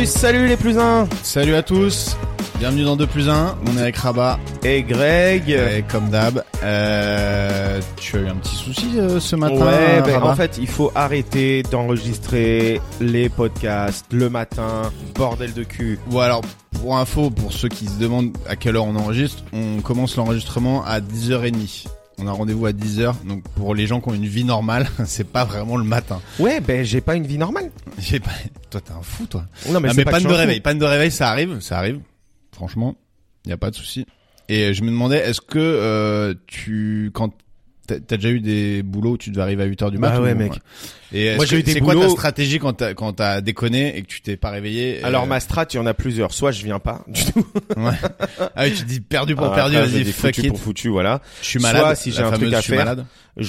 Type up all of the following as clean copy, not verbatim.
Salut les plus 1. Salut à tous, bienvenue dans 2 plus 1, on est avec Rabat et Greg. Et comme d'hab, tu as eu un petit souci ce matin. Ouais, Rabat. en fait il faut arrêter d'enregistrer les podcasts le matin, bordel de cul. Ou alors, pour info, pour ceux qui se demandent à quelle heure on enregistre, on commence l'enregistrement à 10h30. On a rendez-vous à 10h, donc pour les gens qui ont une vie normale, c'est pas vraiment le matin. Ouais, j'ai pas une vie normale. Toi t'es un fou toi. Non mais mais panne de réveil, ça arrive. Franchement, y a pas de souci. Et je me demandais, est-ce que quand t'as déjà eu des boulots où tu devais arriver à 8h du matin? Bah ouais, mec. Et moi j'ai eu des c'est boulots... quoi ta stratégie quand t'as déconné et que tu t'es pas réveillé? Alors ma strat, il y en a plusieurs. Soit je viens pas du tout. Ouais. Ah oui, tu dis perdu pour perdu, vas-y, fuck foutu it. pour foutu, voilà. Je suis malade. Soit si j'ai un truc à faire, malade.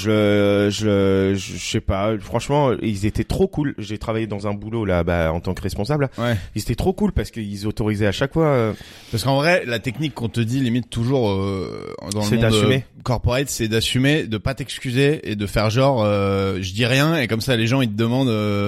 je sais pas. Franchement, ils étaient trop cool. J'ai travaillé dans un boulot là, en tant que responsable. Ouais. Ils étaient trop cool parce qu'ils autorisaient à chaque fois. Parce qu'en vrai, la technique qu'on te dit limite toujours dans le monde corporate, c'est d'assumer, de pas t'excuser et de faire genre je dis rien, et comme ça les gens ils te demandent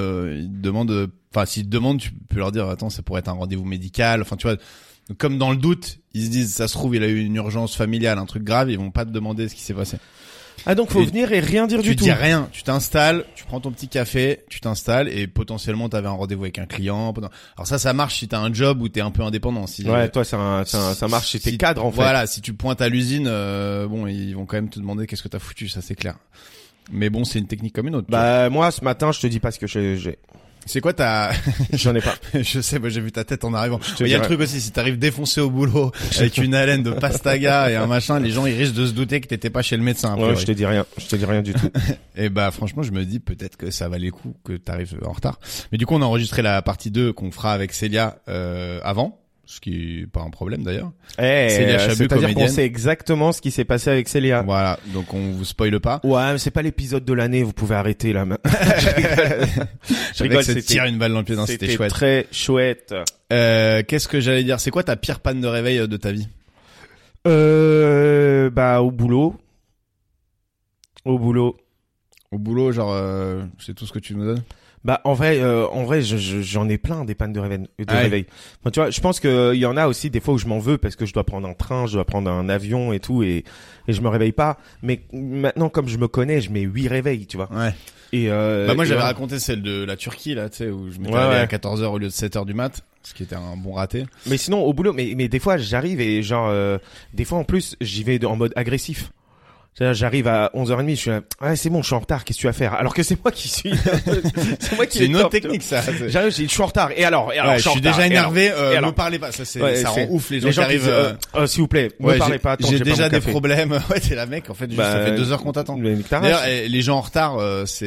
enfin s'ils te demandent, tu peux leur dire attends, ça pourrait être un rendez-vous médical, enfin tu vois, comme dans le doute, ils se disent ça se trouve il a eu une urgence familiale, un truc grave, ils vont pas te demander ce qui s'est passé. Ah donc faut venir et rien dire du tout. Tu dis rien, tu t'installes, tu prends ton petit café, tu t'installes et potentiellement t'avais un rendez-vous avec un client. Alors ça marche si t'as un job où t'es un peu indépendant. Ouais, toi ça marche si t'es cadre en fait. Voilà, si tu pointes à l'usine, bon ils vont quand même te demander qu'est-ce que t'as foutu, ça c'est clair. Mais bon, c'est une technique comme une autre. Moi ce matin je te dis pas ce que j'ai. C'est quoi J'en ai pas. Je sais, moi j'ai vu ta tête en arrivant. Il y a le truc aussi, si t'arrives défoncé au boulot avec une haleine de pastaga et un machin, les gens ils risquent de se douter que t'étais pas chez le médecin. Ouais, je te dis rien du tout. Et franchement, je me dis peut-être que ça valait le coup que t'arrives en retard. Mais du coup, on a enregistré la partie 2 qu'on fera avec Célia avant. Ce qui est pas un problème d'ailleurs. Célia Chabu, c'est-à-dire qu'on sait exactement ce qui s'est passé avec Célia. Voilà, donc on vous spoile pas. Ouais, mais c'est pas l'épisode de l'année, vous pouvez arrêter là. Je rigole, c'est tire une balle dans le pied, c'était chouette. Très chouette. Qu'est-ce que j'allais dire? C'est quoi ta pire panne de réveil de ta vie? Au boulot. Au boulot, genre, c'est tout ce que tu me donnes? En vrai, j'en ai plein des pannes de réveil. Enfin, tu vois, je pense que il y en a aussi des fois où je m'en veux parce que je dois prendre un train, je dois prendre un avion et tout, et je me réveille pas. Mais maintenant, comme je me connais, je mets 8 réveils, tu vois. Ouais. Et moi, j'avais raconté celle de la Turquie, là, tu sais, où je m'étais réveillé à 14h au lieu de 7h du mat, ce qui était un bon raté. Mais sinon, au boulot, mais des fois, j'arrive et genre, des fois en plus, j'y vais en mode agressif. C'est-à-dire, j'arrive à 11h30, je suis là, ouais, c'est bon, je suis en retard, qu'est-ce que tu vas faire? Alors que c'est moi qui suis, c'est moi qui c'est une autre technique, ça. J'arrive, je suis en retard. Et alors, je suis déjà énervé, me parlez pas. Ça, ça rend ouf les gens qui arrivent, s'il vous plaît, me parlez pas, attends, j'ai déjà des problèmes. Ouais, t'es la mec, en fait, ça fait 2 heures qu'on t'attend. D'ailleurs, les gens en retard,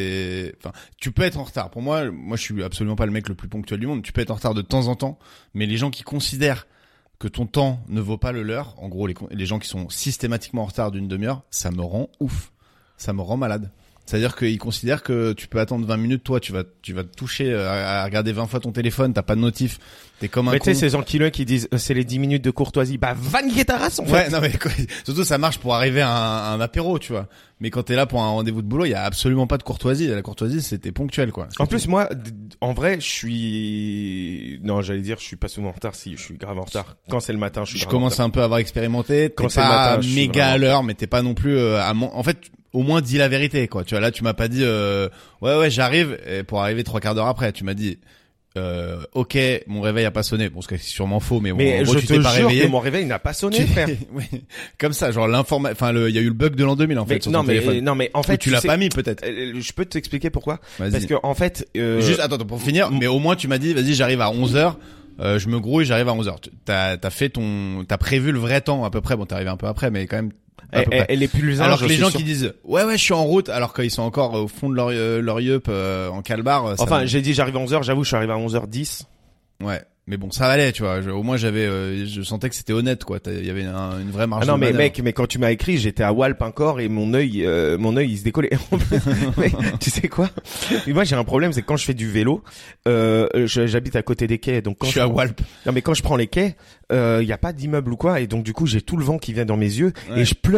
tu peux être en retard. Pour moi, je suis absolument pas le mec le plus ponctuel du monde. Tu peux être en retard de temps en temps, mais les gens qui considèrent que ton temps ne vaut pas le leur, en gros les gens qui sont systématiquement en retard d'une demi-heure, ça me rend ouf, ça me rend malade. C'est-à-dire qu'ils considèrent que tu peux attendre 20 minutes, toi tu vas te toucher à regarder 20 fois ton téléphone, t'as pas de notif, t'es comme un con. Mais tu sais, ces enculés qui disent c'est les 10 minutes de courtoisie, va niquer ta race en fait. Ouais, non mais surtout ça marche pour arriver à un apéro, tu vois. Mais quand t'es là pour un rendez-vous de boulot, il y a absolument pas de courtoisie. La courtoisie, c'était ponctuel, quoi. En plus, moi, en vrai, je suis pas souvent en retard. Si, je suis grave en retard. Quand c'est le matin, je commence un peu à avoir expérimenté. Quand c'est le matin, méga à l'heure, mais t'es pas non plus en fait, au moins dis la vérité, quoi. Tu vois, là, tu m'as pas dit ouais, j'arrive, et pour arriver 3/4 d'heure après, tu m'as dit ok, mon réveil a pas sonné. Bon, ce qui est sûrement faux, mais en gros, tu t'es pas réveillé. Que mon réveil n'a pas sonné, frère. Oui. Comme ça, genre il y a eu le bug de l'an 2000 en fait. Non, mais en fait, tu l'as pas mis peut-être. Je peux t'expliquer pourquoi. Vas-y. Parce que en fait, juste attends pour finir, mais au moins tu m'as dit vas-y, j'arrive à 11h. Je me grouille, j'arrive à 11h. T'as prévu le vrai temps à peu près. Bon, t'es arrivé un peu après, mais quand même. Elle est plus alors que les gens qui disent ouais je suis en route alors qu'ils sont encore au fond de leur yup en calbar. Enfin, j'ai dit j'arrive à 11h, j'avoue je suis arrivé à 11h10. Ouais, mais bon, ça allait, tu vois. Au moins je sentais que c'était honnête, quoi. Il y avait une vraie marge. Ah non, de manœuvre. mais quand tu m'as écrit, j'étais à Walp encore et mon œil il se décollait. Mais, tu sais quoi? Moi, j'ai un problème, c'est que quand je fais du vélo, j'habite à côté des quais, donc quand je suis à Walp. Non, mais quand je prends les quais, y a pas d'immeuble ou quoi, et donc du coup, j'ai tout le vent qui vient dans mes yeux et je pleure.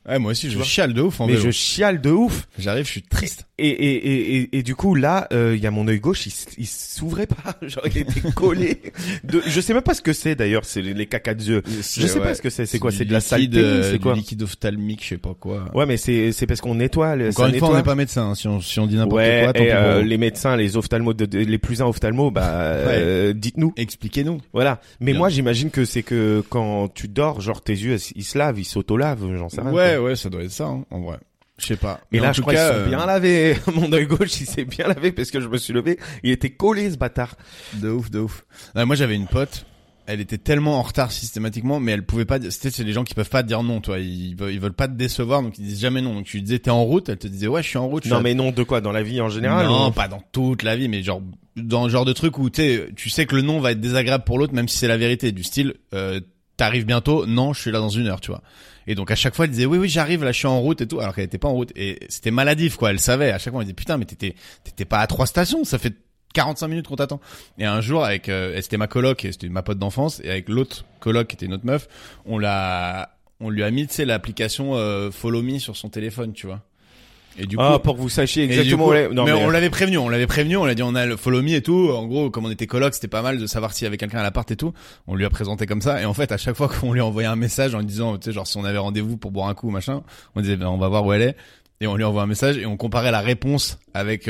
Ouais, moi aussi, je chiale de ouf en vélo. Mais je chiale de ouf. J'arrive, je suis triste. Et du coup, là, il y a mon œil gauche, il s'ouvrait pas. Genre, il était collé. Je sais même pas ce que c'est, d'ailleurs. C'est les caca de yeux. Je sais pas ce que c'est. C'est quoi? C'est de la saleté? C'est quoi? Du liquide ophtalmique, je sais pas quoi. Ouais, mais c'est parce qu'on nettoie. Encore une fois, on n'est pas médecin, hein. Si on dit n'importe quoi, tant pis. Les médecins, les ophtalmos, les plus ophtalmos, dites-nous. Expliquez-nous. Voilà. Mais bien. Moi, j'imagine que c'est que quand tu dors, genre, tes yeux, ils se lavent, ils s'auto-lavent, j'en sais rien. Ouais, ça doit être ça, hein, en vrai. Je sais pas. Mais là, je crois qu'ils sont bien lavés. Mon œil gauche, il s'est bien lavé parce que je me suis levé. Il était collé, ce bâtard. De ouf. Non, moi, j'avais une pote. Elle était tellement en retard systématiquement, mais elle pouvait pas. C'est les gens qui peuvent pas dire non, toi. Ils veulent pas te décevoir, donc ils disent jamais non. Donc tu lui disais t'es en route, elle te disait ouais, je suis en route. Non, mais non de quoi? Dans la vie en général? Non, pas dans toute la vie, mais genre dans le genre de truc où tu sais que le non va être désagréable pour l'autre, même si c'est la vérité. Du style, t'arrives bientôt? Non, je suis là dans 1 heure, tu vois. Et donc à chaque fois elle disait oui j'arrive, là je suis en route et tout, alors qu'elle était pas en route. Et c'était maladif quoi, elle savait. À chaque fois elle disait putain mais t'étais pas à 3 stations, ça fait 45 minutes qu'on t'attend. Et un jour avec c'était ma coloc et c'était ma pote d'enfance, et avec l'autre coloc qui était notre meuf, on lui a mis tu sais l'application Follow Me sur son téléphone, tu vois. Et du coup, pour que vous sachiez exactement. Non, mais on l'avait prévenu, on l'a dit, on a le Follow Me et tout. En gros, comme on était coloc, c'était pas mal de savoir s'il y avait quelqu'un à l'appart et tout. On lui a présenté comme ça. Et en fait, à chaque fois qu'on lui envoyait un message en lui disant, tu sais, genre si on avait rendez-vous pour boire un coup, machin, on disait, on va voir où elle est. Et on lui envoie un message et on comparait la réponse avec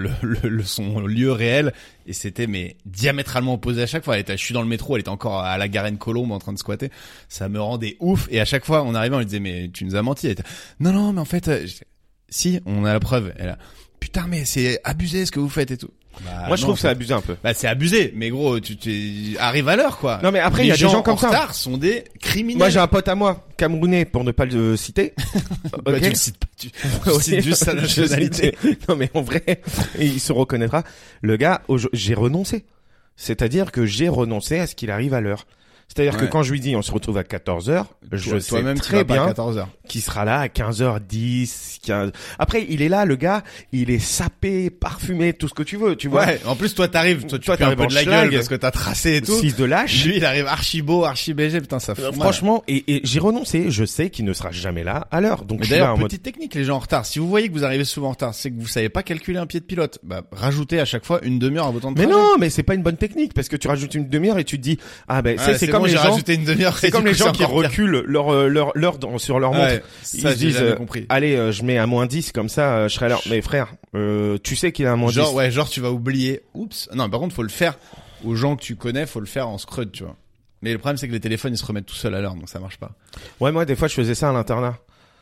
son lieu réel, et c'était mais diamétralement opposé à chaque fois. Je suis dans le métro, elle était encore à la Garenne-Colombe en train de squatter. Ça me rendait ouf. Et à chaque fois, on arrivait, on lui disait mais tu nous as menti. Elle était, non, mais en fait, si, on a la preuve. Elle a, putain mais c'est abusé ce que vous faites et tout. Moi je trouve que c'est abusé un peu. C'est abusé, mais gros, tu arrives à l'heure quoi. Non mais après il y a des gens comme ça. Les gens en retard sont des criminels. Moi j'ai un pote à moi, camerounais pour ne pas le citer. Okay. Tu le cites pas, tu cites juste sa nationalité. Non mais en vrai, il se reconnaîtra. Le gars, j'ai renoncé. C'est-à-dire que j'ai renoncé à ce qu'il arrive à l'heure. C'est-à-dire que quand je lui dis on se retrouve à 14h, je sais même très bien qu'il sera là à 15h10, 15. Après, il est là, le gars, il est sapé, parfumé, tout ce que tu veux, tu vois. Ouais, en plus toi t'arrives, tu fais un peu de la gueule parce que t'as tracé et tout. 6 de lâche. Lui, il arrive archi beau, archi BG, putain, ça fout. Franchement, et j'ai renoncé, je sais qu'il ne sera jamais là à l'heure. Donc mais d'ailleurs, petite technique, les gens en retard. Si vous voyez que vous arrivez souvent en retard, c'est que vous savez pas calculer un pied de pilote. Rajoutez à chaque fois une demi-heure à votre temps de trajet. Mais non, mais c'est pas une bonne technique parce que tu rajoutes une demi-heure et tu te dis c'est comme les gens. C'est comme les gens qui reculent leur sur leur montre. Ils se disent allez, je mets à -10 comme ça je serai à l'heure. Mais frère, tu sais qu'il est à -10. Genre tu vas oublier. Oups. Non, par contre, faut le faire aux gens que tu connais, faut le faire en scrud, tu vois. Mais le problème c'est que les téléphones ils se remettent tout seuls à l'heure, donc ça marche pas. Ouais, moi des fois je faisais ça à l'internat.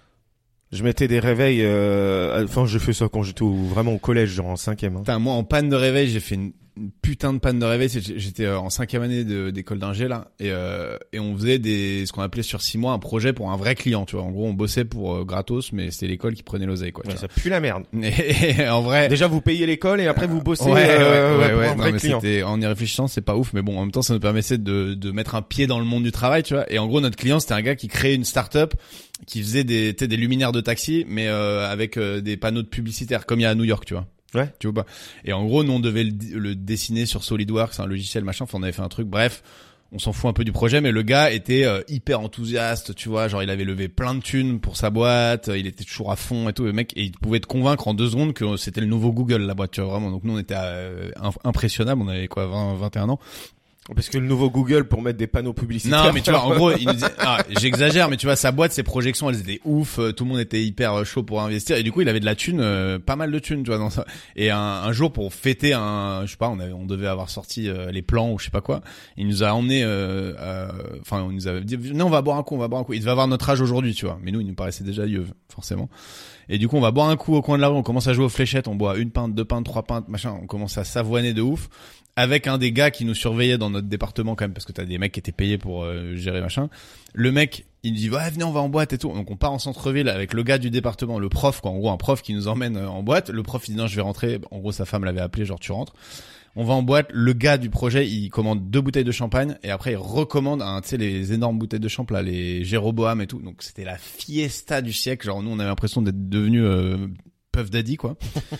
Je mettais des réveils enfin je fais ça quand j'étais vraiment au collège, genre en 5e. Putain, moi en panne de réveil, j'ai fait une putain de panne de réveil. J'étais en 5e année d'école d'ingé là, et on faisait ce qu'on appelait sur 6 mois un projet pour un vrai client, tu vois. En gros, on bossait pour gratos, mais c'était l'école qui prenait l'oseille, quoi. Ouais, ça pue la merde. Et en vrai, déjà vous payez l'école et après vous bossez pour un vrai client. En y réfléchissant, c'est pas ouf, mais bon, en même temps, ça nous permettait de mettre un pied dans le monde du travail, tu vois. Et en gros, notre client, c'était un gars qui créait une start-up qui faisait des luminaires de taxi, mais avec des panneaux de publicitaires, comme il y a à New York, tu vois. Ouais. Tu vois pas. Et en gros, nous, on devait le dessiner sur SolidWorks, un logiciel, machin. Enfin, on avait fait un truc. Bref, on s'en fout un peu du projet, mais le gars était hyper enthousiaste, tu vois. Genre, il avait levé plein de thunes pour sa boîte. Il était toujours à fond et tout. Le mec, et il pouvait te convaincre en 2 secondes que c'était le nouveau Google, la boîte, tu vois, vraiment. Donc, nous, on était impressionnables. On avait quoi, 21 ans. Parce que le nouveau Google pour mettre des panneaux publicitaires. Non, mais tu vois, en gros, il nous disait, j'exagère, mais tu vois, sa boîte, ses projections, elles étaient ouf, tout le monde était hyper chaud pour investir, et du coup, il avait de la thune, pas mal de thunes, tu vois, dans ça. Et un jour, pour fêter je sais pas, on devait avoir sorti les plans ou je sais pas quoi, il nous a emmené, on nous avait dit, non, on va boire un coup. Il devait avoir notre âge aujourd'hui, tu vois, mais nous, il nous paraissait déjà vieux, forcément. Et du coup, on va boire un coup au coin de la rue, on commence à jouer aux fléchettes, on boit 1 pinte, 2 pintes, 3 pintes, machin, on commence à s'avoiner de ouf. Avec un des gars qui nous surveillait dans notre département quand même, parce que t'as des mecs qui étaient payés pour gérer machin. Le mec, il nous dit ouais, venez, on va en boîte et tout. Donc on part en centre-ville avec le gars du département, le prof, quoi, en gros un prof qui nous emmène en boîte. Le prof il dit non, je vais rentrer. En gros sa femme l'avait appelé, genre tu rentres. On va en boîte. Le gars du projet, il commande 2 bouteilles de champagne et après il recommande tu sais les énormes bouteilles de champ là, les Jéroboam et tout. Donc c'était la fiesta du siècle. Genre nous on avait l'impression d'être devenus Puff Daddy, quoi.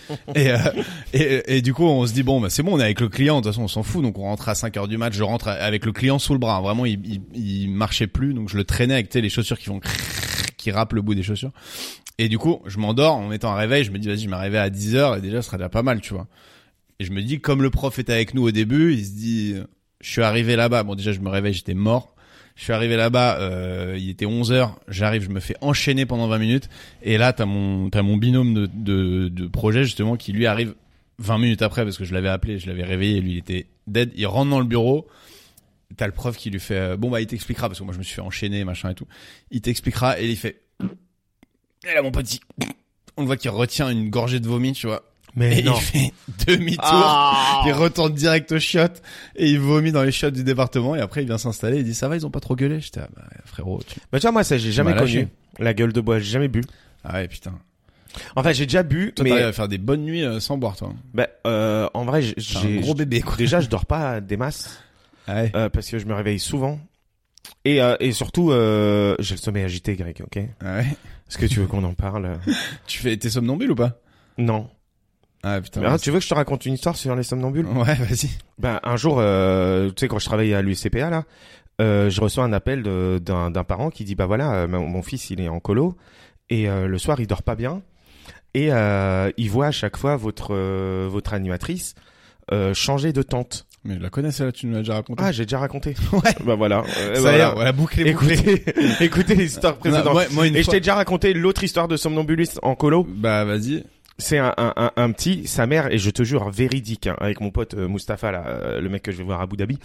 et du coup, on se dit, bon, bah, c'est bon, on est avec le client, de toute façon, on s'en fout, donc on rentre à 5h du match, je rentre avec le client sous le bras. Vraiment, il marchait plus, donc je le traînais avec, les chaussures qui qui râpe le bout des chaussures. Et du coup, je m'endors en mettant un réveil, je me dis vas-y, je vais m'arriver à 10h et déjà ce sera déjà pas mal, tu vois. Et je me dis comme le prof était avec nous au début, il se dit je suis arrivé là-bas, bon déjà je me réveille, j'étais mort. Je suis arrivé là-bas, il était 11h, j'arrive, je me fais enchaîner pendant 20 minutes et là t'as mon binôme de projet justement qui lui arrive 20 minutes après parce que je l'avais appelé, je l'avais réveillé et lui il était dead, il rentre dans le bureau. T'as le prof qui lui fait bon bah il t'expliquera parce que moi je me suis fait enchaîner machin et tout. Il t'expliquera et il fait et là mon petit, on le voit qu'il retient une gorgée de vomi, tu vois. Mais et non. il fait demi-tour, il retourne direct aux chiottes et il vomit dans les chiottes du département et après il vient s'installer, il dit ça va, ils ont pas trop gueulé. J'étais bah frérot, Bah tu vois moi ça j'ai jamais connu la gueule de bois, j'ai jamais bu. Ah ouais putain. Enfin j'ai déjà bu toi, mais t'arrives à faire des bonnes nuits sans boire toi. Bah en vrai j'ai un gros bébé quoi. Déjà je dors pas des masses. Ah ouais. Parce que je me réveille souvent. Et surtout, j'ai le sommeil agité, Greg, ok? Ah ouais. Est-ce que tu veux qu'on en parle? T'es somnambule ou pas? Non. Ah putain. Mais, tu veux que je te raconte une histoire sur les somnambules? Ouais, vas-y. Ben, un jour, tu sais, quand je travaillais à l'USCPA, là, je reçois un appel d'un parent qui dit, bah voilà, mon fils, il est en colo, et le soir, il dort pas bien, et il voit à chaque fois votre animatrice changer de tente. Mais je la connais celle-là, tu nous l'as déjà raconté. Ah, j'ai déjà raconté. Ouais. Bah voilà. Ça y est, voilà, bouclé. Écoutez l'histoire précédente. Moi, et je t'ai déjà raconté l'autre histoire de somnambuliste en colo. Bah vas-y. C'est un petit, sa mère, et je te jure, véridique, hein, avec mon pote Mustapha, là, le mec que je vais voir à Abu Dhabi.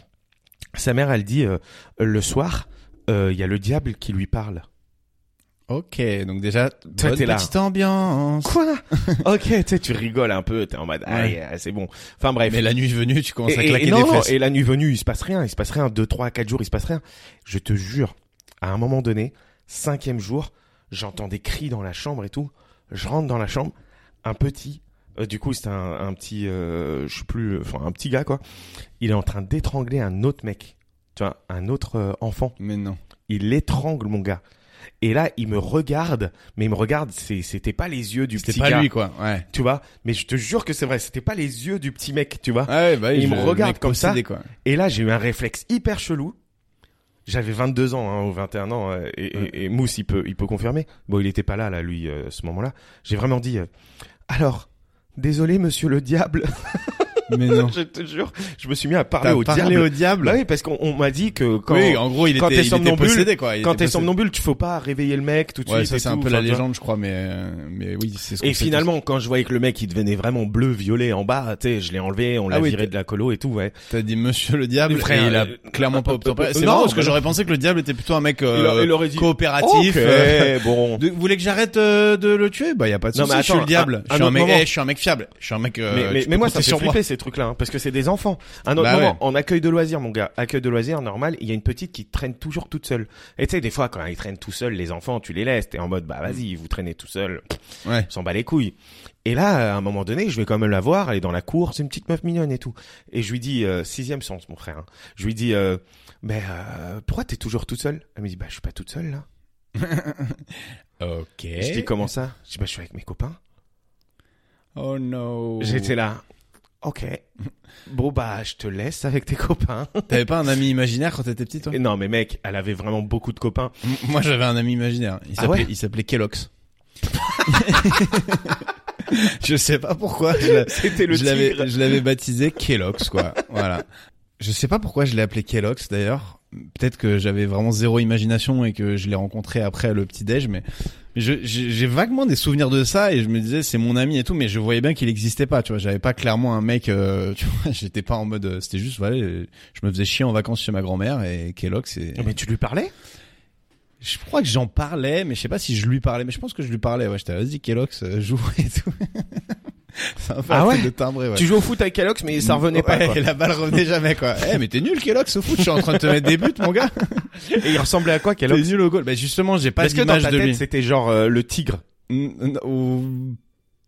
Sa mère, elle dit, le soir, il y a le diable qui lui parle. Ok, donc déjà, toi, bonne petite ambiance. Quoi? Ok, tu sais, tu rigoles un peu, t'es en mode, ouais. C'est bon. Enfin bref. Mais la nuit venue, tu commences à claquer des fesses. Et la nuit venue, il se passe rien, 2, 3, 4 jours, il se passe rien. Je te jure, à un moment donné, 5e jour, j'entends des cris dans la chambre et tout. Je rentre dans la chambre, un petit, du coup, c'est un petit, un petit gars, quoi. Il est en train d'étrangler un autre mec. Tu vois, un autre enfant. Mais non. Il l'étrangle, mon gars. Et là, il me regarde, mais il me regarde, c'était pas les yeux du petit gars. C'était pas lui, quoi, ouais. Tu vois, mais je te jure que c'est vrai, c'était pas les yeux du petit mec, tu vois. Ah ouais, bah, il me regarde comme ça. Quoi. Et là, j'ai eu un réflexe hyper chelou. J'avais 22 ans, hein, ou 21 ans, et Mousse, il peut confirmer. Bon, il était pas là, lui, ce moment-là. J'ai vraiment dit, alors, désolé, monsieur le diable. Mais non. Je te jure, je me suis mis à parler au diable. Bah oui, parce qu'on m'a dit que quand, oui, en gros, il était possédé, quoi. Quand t'es somnambule, tu faut pas réveiller le mec tout de suite. Ça, c'est un peu la légende, je crois, mais oui, c'est ce qu'on Et finalement, quand je voyais que le mec, il devenait vraiment bleu, violet en bas, tu sais, je l'ai enlevé, on l'a viré de la colo et tout, ouais. T'as dit monsieur le diable, frère, et il a clairement pas obtempéré. C'est marrant, parce que j'aurais pensé que le diable était plutôt un mec, il aurait dit, coopératif. Okay, bon. Vous voulez que j'arrête de le tuer? Bah, y a pas de souci. Je suis le diable. Je suis un mec fiable. Je suis un mec, mais moi, ça me fait flipper, ces trucs-là, parce que c'est des enfants. Un autre moment, en accueil de loisirs, mon gars, accueil de loisirs normal, il y a une petite qui traîne toujours toute seule. Et tu sais, des fois, quand ils traînent tout seuls, les enfants, tu les laisses, t'es en mode, bah vas-y, vous traînez tout seul, ouais. S'en bat les couilles. Et là, à un moment donné, je vais quand même la voir, elle est dans la cour, c'est une petite meuf mignonne et tout. Et je lui dis, 6e sens, mon frère, hein. Je lui dis, pourquoi t'es toujours toute seule? Elle me dit, bah je suis pas toute seule là. Ok. Je dis, comment ça? Je dis, bah je suis avec mes copains. Oh no. J'étais là. Ok. Bon bah je te laisse avec tes copains. T'avais pas un ami imaginaire quand t'étais petit, toi? Non mais mec, elle avait vraiment beaucoup de copains. Moi j'avais un ami imaginaire. Il s'appelait Kellogg's. Je sais pas pourquoi. C'était le tigre. Je l'avais baptisé Kellogg's, quoi. Voilà. Je sais pas pourquoi je l'ai appelé Kellogg's d'ailleurs. Peut-être que j'avais vraiment zéro imagination et que je l'ai rencontré après le petit déj, mais j'ai vaguement des souvenirs de ça et je me disais c'est mon ami et tout, mais je voyais bien qu'il existait pas, tu vois. J'avais pas clairement un mec, tu vois. J'étais pas en mode, c'était juste voilà, je me faisais chier en vacances chez ma grand-mère et Kellogg's. Mais tu lui parlais? Je crois que j'en parlais, mais je sais pas si je lui parlais, mais je pense que je lui parlais. Ouais, j'étais vas-y Kellogg's, joue et tout. C'est un peu un truc de timbré, ouais. Tu joues au foot avec Kellogg's, mais ça revenait pas, quoi. Et la balle revenait jamais, quoi. Mais t'es nul, Kellogg's, au foot. Je suis en train de te mettre des buts, mon gars. Et il ressemblait à quoi, Kellogg's? T'es nul au goal. Bah, justement, j'ai pas d'image de lui. Est-ce que dans ta tête, c'était genre, le tigre?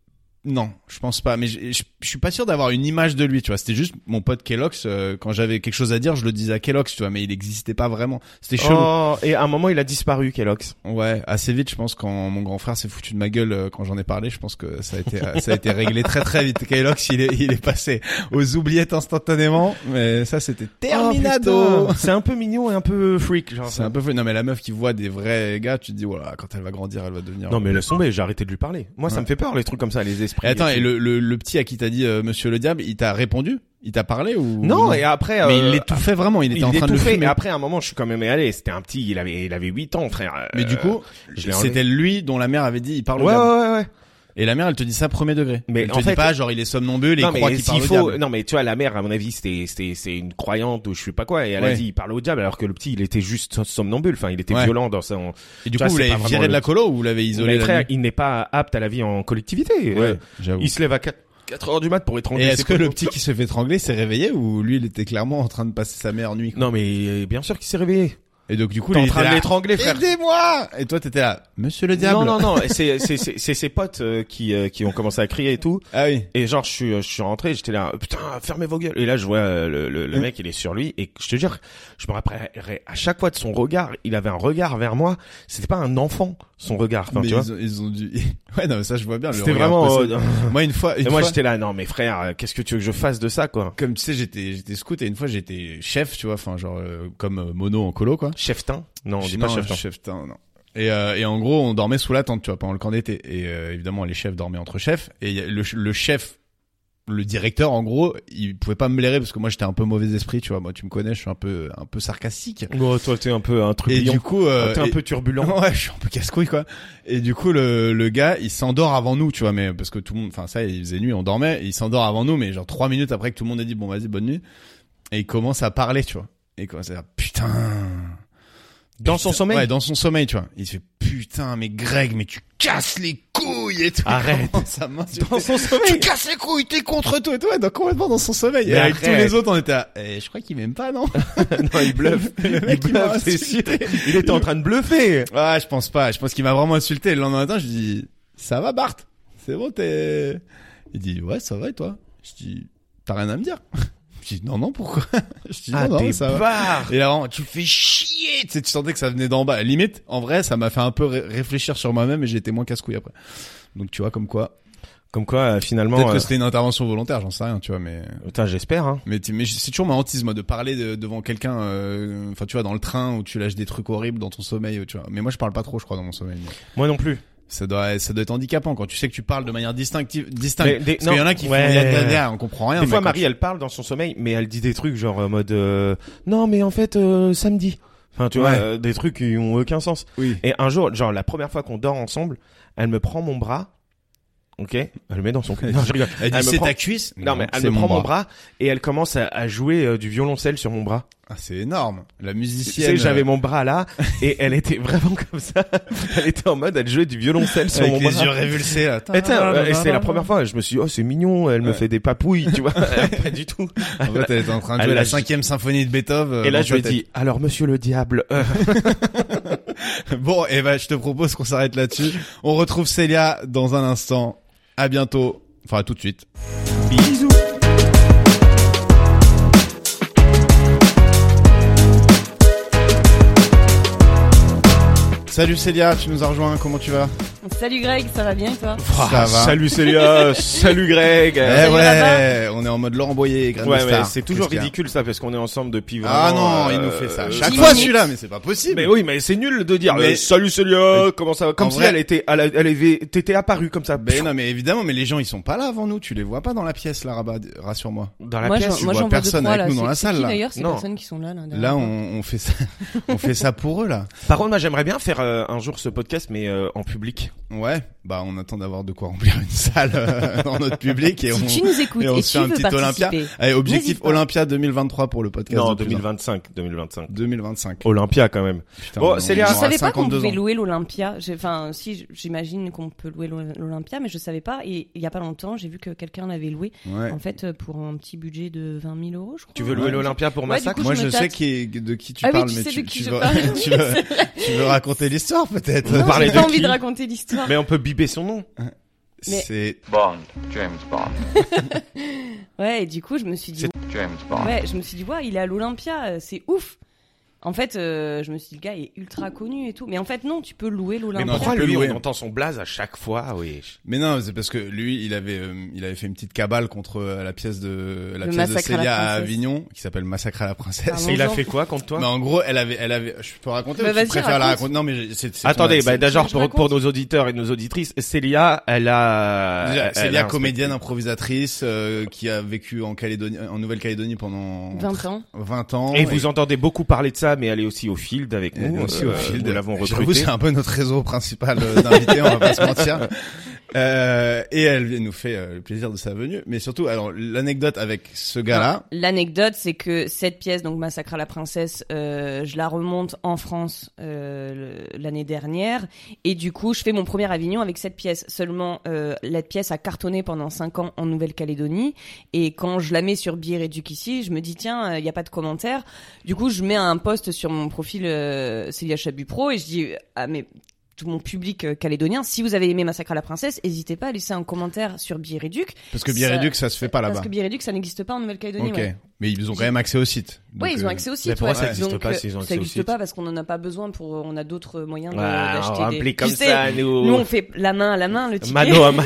Non, je pense pas. Mais je suis pas sûr d'avoir une image de lui, tu vois. C'était juste mon pote Kellogg's. Quand j'avais quelque chose à dire, je le disais à Kellogg's, tu vois. Mais il existait pas vraiment. C'était chelou. Oh, et à un moment, il a disparu, Kellogg's. Ouais, assez vite, je pense. Quand mon grand frère s'est foutu de ma gueule quand j'en ai parlé, je pense que ça a été réglé très très vite. Kellogg's, il est passé aux oubliettes instantanément. Mais ça, c'était terminado. Oh, c'est un peu mignon et un peu freak, genre. C'est un peu freak. Non, mais la meuf qui voit des vrais gars, tu te dis voilà, quand elle va grandir, elle va devenir. Non, mais laisse tomber. J'ai arrêté de lui parler. Moi, ça me fait peur les trucs comme ça, les esprits. Et attends, et le petit à qui t'a dit Monsieur le Diable, il t'a répondu? Il t'a parlé ou non? Et après mais il l'étouffait vraiment, il était en train de le fumer. Mais après à un moment, je suis quand même allé, c'était un petit, il avait 8 ans, frère. Mais du coup, c'était lui dont la mère avait dit il parle au diable. Ouais. Et la mère, elle te dit ça premier degré. Mais elle te dit pas genre il est somnambule et il croit qu'il parle au diable. Non mais tu vois, la mère à mon avis c'est une croyante ou je sais pas quoi, et elle a dit il parle au diable alors que le petit il était juste somnambule, enfin il était violent dans son. Et du coup vous l'avez viré de la colo ou vous l'avez isolé? Frère, il n'est pas apte à la vie en collectivité. Ouais, j'avoue. Il se lève à 4 heures du mat pour étrangler. Et est-ce que le petit qui se fait étrangler s'est réveillé ou lui il était clairement en train de passer sa meilleure nuit, quoi? Non mais bien sûr qu'il s'est réveillé. Et donc du coup, t'es en train de l'étrangler, frère. Aidez-moi! Et toi, t'étais là, Monsieur le Diable. Non. C'est ses potes qui ont commencé à crier et tout. Ah oui. Et genre, je suis rentré, j'étais là, putain, fermez vos gueules. Et là, je vois le mec, il est sur lui. Et je te jure, je me rappellerai à chaque fois de son regard. Il avait un regard vers moi. C'était pas un enfant, son regard. Enfin, mais tu vois. Ils ont dû. Ouais, non, mais ça, je vois bien. C'était vraiment. Moi, une fois. Moi, j'étais là, non, mais frère, qu'est-ce que tu veux que je fasse de ça, quoi? Comme tu sais, j'étais scout et une fois, j'étais chef, tu vois. Enfin, genre comme mono en colo, quoi. Cheftain. Non, on dit pas cheftain, non. Et en gros, on dormait sous la tente, tu vois, pendant le camp d'été. Et évidemment, les chefs dormaient entre chefs. Et le chef, le directeur, en gros, il pouvait pas me blairer parce que moi, j'étais un peu mauvais esprit, tu vois. Moi, tu me connais, je suis un peu sarcastique. Bon, toi, t'es un peu un trublion. Et du coup, t'es un peu turbulent. Ouais, je suis un peu casse-couille, quoi. Et du coup, le gars, il s'endort avant nous, tu vois, mais parce que tout le monde, enfin, ça, il faisait nuit, on dormait, et il s'endort avant nous, mais genre 3 minutes après que tout le monde a dit, bon, vas-y, bonne nuit. Et il commence à parler, tu vois. Et il commence à dire, putain. Dans son sommeil? Ouais, dans son sommeil, tu vois. Il se fait, putain, mais Greg, mais tu casses les couilles et tout. Arrête. Dans son sommeil. Tu casses les couilles, t'es contre tout et tout. Ouais, complètement dans son sommeil. Et avec tous les autres, on était là, je crois qu'il m'aime pas, non? Non, il bluffe. Il bluffe, c'est sûr. Il était en train de bluffer. Ouais, je pense pas. Je pense qu'il m'a vraiment insulté. Le lendemain matin, je dis, ça va, Bart? C'est bon, Il dit, ouais, ça va et toi? Je dis, t'as rien à me dire? Je dis non, pourquoi? Je dis non, ça va. Et là, tu fais chier. Tu sais, tu sentais que ça venait d'en bas. Limite, en vrai, ça m'a fait un peu réfléchir sur moi-même et j'ai été moins casse-couille après. Donc tu vois, comme quoi, finalement. Peut-être que c'était une intervention volontaire, j'en sais rien, tu vois, mais. Putain, j'espère, hein. Mais c'est toujours ma hantise, moi, de parler devant quelqu'un, enfin, tu vois, dans le train où tu lâches des trucs horribles dans ton sommeil, tu vois. Mais moi, je parle pas trop, je crois, dans mon sommeil. Moi non plus. Ça doit être handicapant quand tu sais que tu parles de manière distincte. Parce qu'il y en a qui font on comprend rien. Des fois, Marie, elle parle dans son sommeil, mais elle dit des trucs genre en mode non, mais en fait samedi. Enfin, tu vois, des trucs qui ont aucun sens. Oui. Et un jour, genre la première fois qu'on dort ensemble, elle me prend mon bras. Ok, elle le met dans son cul. Non, je rigole. Elle dit c'est ta cuisse. Non, mais elle me prend mon bras et elle commence à jouer du violoncelle sur mon bras. Ah, c'est énorme. La musicienne. Tu sais, j'avais mon bras là et elle était vraiment comme ça. Elle était en mode, elle jouait du violoncelle sur mon bras. Avec les yeux révulsés là. Et c'est la première fois. Je me suis dit, oh, c'est mignon. Elle me fait des papouilles, tu vois. Pas du tout. En fait, elle était en train de jouer la 5e symphonie de Beethoven. Et là, je lui ai dit, alors, Monsieur le Diable. Bon, et je te propose qu'on s'arrête là-dessus. On retrouve Célia dans un instant. À bientôt. Enfin, à tout de suite. Bisous. Salut Célia, tu nous as rejoint, comment tu vas? Salut Greg, ça va bien et toi? Ça va. Salut Célia, salut Greg. Ouais, on est en mode Laurent Boyer, Grain de Star. Ouais, c'est toujours ridicule ça parce qu'on est ensemble depuis vraiment. Ah non, il nous fait ça. Chaque fois celui-là, mais c'est pas possible. Mais oui, mais c'est nul de dire salut Célia, comment ça va? Comme si t'étais apparu comme ça. Ben non, mais évidemment, mais les gens ils sont pas là avant nous, tu les vois pas dans la pièce là, Rabat, rassure-moi. Dans la pièce, tu vois personne avec nous dans la salle là. D'ailleurs, ces personnes qui sont là. Là, on fait ça, on fait ça pour eux là. Par contre, moi j'aimerais bien faire un jour ce podcast mais en public. Ouais, bah on attend d'avoir de quoi remplir une salle dans notre public et si tu nous écoutes et on se fait un petit Olympia. Allez, objectif Olympia 2023 pour le podcast. Non, 2025. 2025. Olympia quand même. Putain, bon, Célia, je savais pas qu'on pouvait louer l'Olympia. Enfin, si j'imagine qu'on peut louer l'Olympia, mais je savais pas. Et il y a pas longtemps, j'ai vu que quelqu'un l'avait loué. Ouais. En fait, pour un petit budget de 20 000 €, je crois. Tu veux louer l'Olympia pour Massacre? Moi, je sais de qui tu parles, mais tu veux raconter l'histoire peut-être. J'ai pas envie de raconter l'histoire. Mais on peut biper son nom. C'est James Bond. Ouais, et du coup, je me suis dit... James Bond. Ouais, je me suis dit, il est à l'Olympia, c'est ouf. En fait, je me suis dit, le gars est ultra connu et tout. Mais en fait, non, tu peux louer l'Olympia. Mais pourquoi lui, on entend son blaze à chaque fois, oui. Mais non, c'est parce que lui, il avait fait une petite cabale contre la pièce de Célia à Avignon, qui s'appelle Massacre à la princesse. Et il a fait quoi contre toi? Mais en gros, elle avait, je peux raconter, ou tu préfères la raconter? Non, mais c'est attendez, d'abord, pour nos auditeurs et nos auditrices, Célia, Célia, comédienne, improvisatrice, qui a vécu en Nouvelle-Calédonie pendant 20 ans. Et vous entendez beaucoup parler de ça, mais elle est aussi au Field avec nous. Nous l'avons recrutée. J'avoue, c'est un peu notre réseau principal d'invités, on va pas se mentir. Et elle nous fait le plaisir de sa venue. Mais surtout, alors, l'anecdote avec ce gars-là. L'anecdote, c'est que cette pièce, donc Massacre à la princesse, je la remonte en France l'année dernière. Et du coup, je fais mon premier Avignon avec cette pièce. Seulement, la pièce a cartonné pendant 5 ans en Nouvelle-Calédonie. Et quand je la mets sur Beer Educ ici, je me dis, tiens, il n'y a pas de commentaires. Du coup, je mets un post sur mon profil Célia Chabu Pro et je dis, mais tout mon public calédonien, si vous avez aimé Massacre à la princesse, n'hésitez pas à laisser un commentaire sur Beer Educ. Parce que Beer Educ, ça se fait pas là-bas. Parce que Beer Educ, ça n'existe pas en Nouvelle-Calédonie. Ok. Ouais. Mais ils ont quand même accès au site. Oui, ils ont accès au site. Mais pourquoi ça n'existe pas s'ils ont accès ça au n'existe site? pas parce qu'on en a pas besoin on a d'autres moyens d'acheter des... Tu comme ça, nous, on fait la main à la main, le ticket. Mano à mano.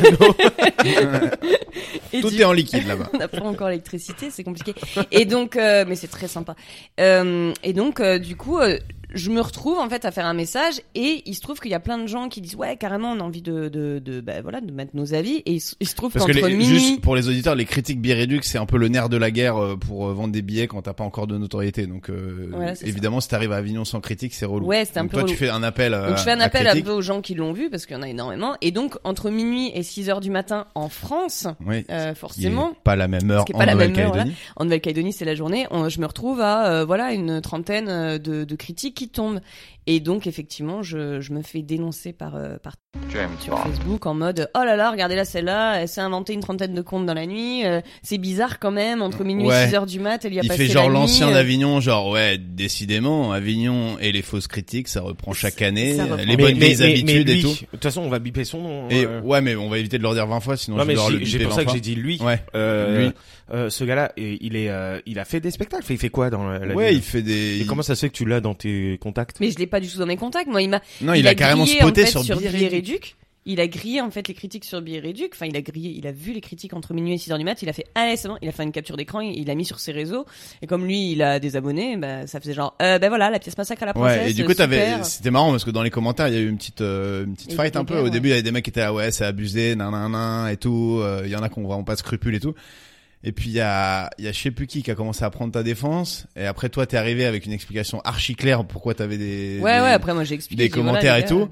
Tout est en liquide là-bas. On n'a pas encore l'électricité, c'est compliqué. Et donc, mais c'est très sympa. Et donc, du coup, je me retrouve en fait à faire un message et il se trouve qu'il y a plein de gens qui disent ouais carrément on a envie de mettre nos avis et il se trouve parce qu'entre que juste pour les auditeurs, les critiques Beer Educ, c'est un peu le nerf de la guerre pour vendre des billets quand t'as pas encore de notoriété. Donc voilà, évidemment si t'arrives à Avignon sans critique, c'est relou. Ouais, c'est un peu toi relou. Tu fais un appel donc je fais un appel un peu aux gens qui l'ont vu parce qu'il y en a énormément et donc entre minuit et 6h du matin en France, forcément pas la même heure en Nouvelle-Calédonie. En Nouvelle-Calédonie, c'est la journée, je me retrouve à une trentaine de critiques qui tombent. Et donc effectivement, je me fais dénoncer par sur Facebook en mode oh là là, regardez là celle-là, elle s'est inventé une trentaine de comptes dans la nuit, c'est bizarre quand même entre minuit et 6h du mat, elle y a passé la nuit. Il fait genre l'ancien d'Avignon, genre ouais, décidément Avignon et les fausses critiques, ça reprend chaque année, les bonnes vieilles habitudes et tout. De toute façon, on va biper son nom. Et ouais, mais on va éviter de leur dire 20 fois sinon je vais devoir le biper. C'est pour ça que j'ai dit lui. Ouais. Lui. Ce gars-là, il a fait des spectacles. Il fait quoi dans la ouais, vie? il fait des. Et comment ça se fait que tu l'as dans tes contacts? Mais je l'ai pas du tout dans mes contacts. Moi, il a carrément spoté en fait, sur Beer Educ. Il a grillé en fait les critiques sur Beer Educ. Enfin, il a vu les critiques entre minuit et 6h du mat. Il a fait il a fait une capture d'écran, il a mis sur ses réseaux. Et comme lui, il a des abonnés, ça faisait genre voilà, la pièce Massacre à la princesse. Ouais, et du coup c'était marrant parce que dans les commentaires, il y a eu une petite fight un peu. Au début, il y avait des mecs qui étaient là ouais, c'est abusé, nan et tout. Il y en a qui ont vraiment pas de scrupules et tout. Et puis il y a je sais plus qui a commencé à prendre ta défense et après toi t'es arrivé avec une explication archi claire pourquoi t'avais des après moi j'ai expliqué des commentaires et tout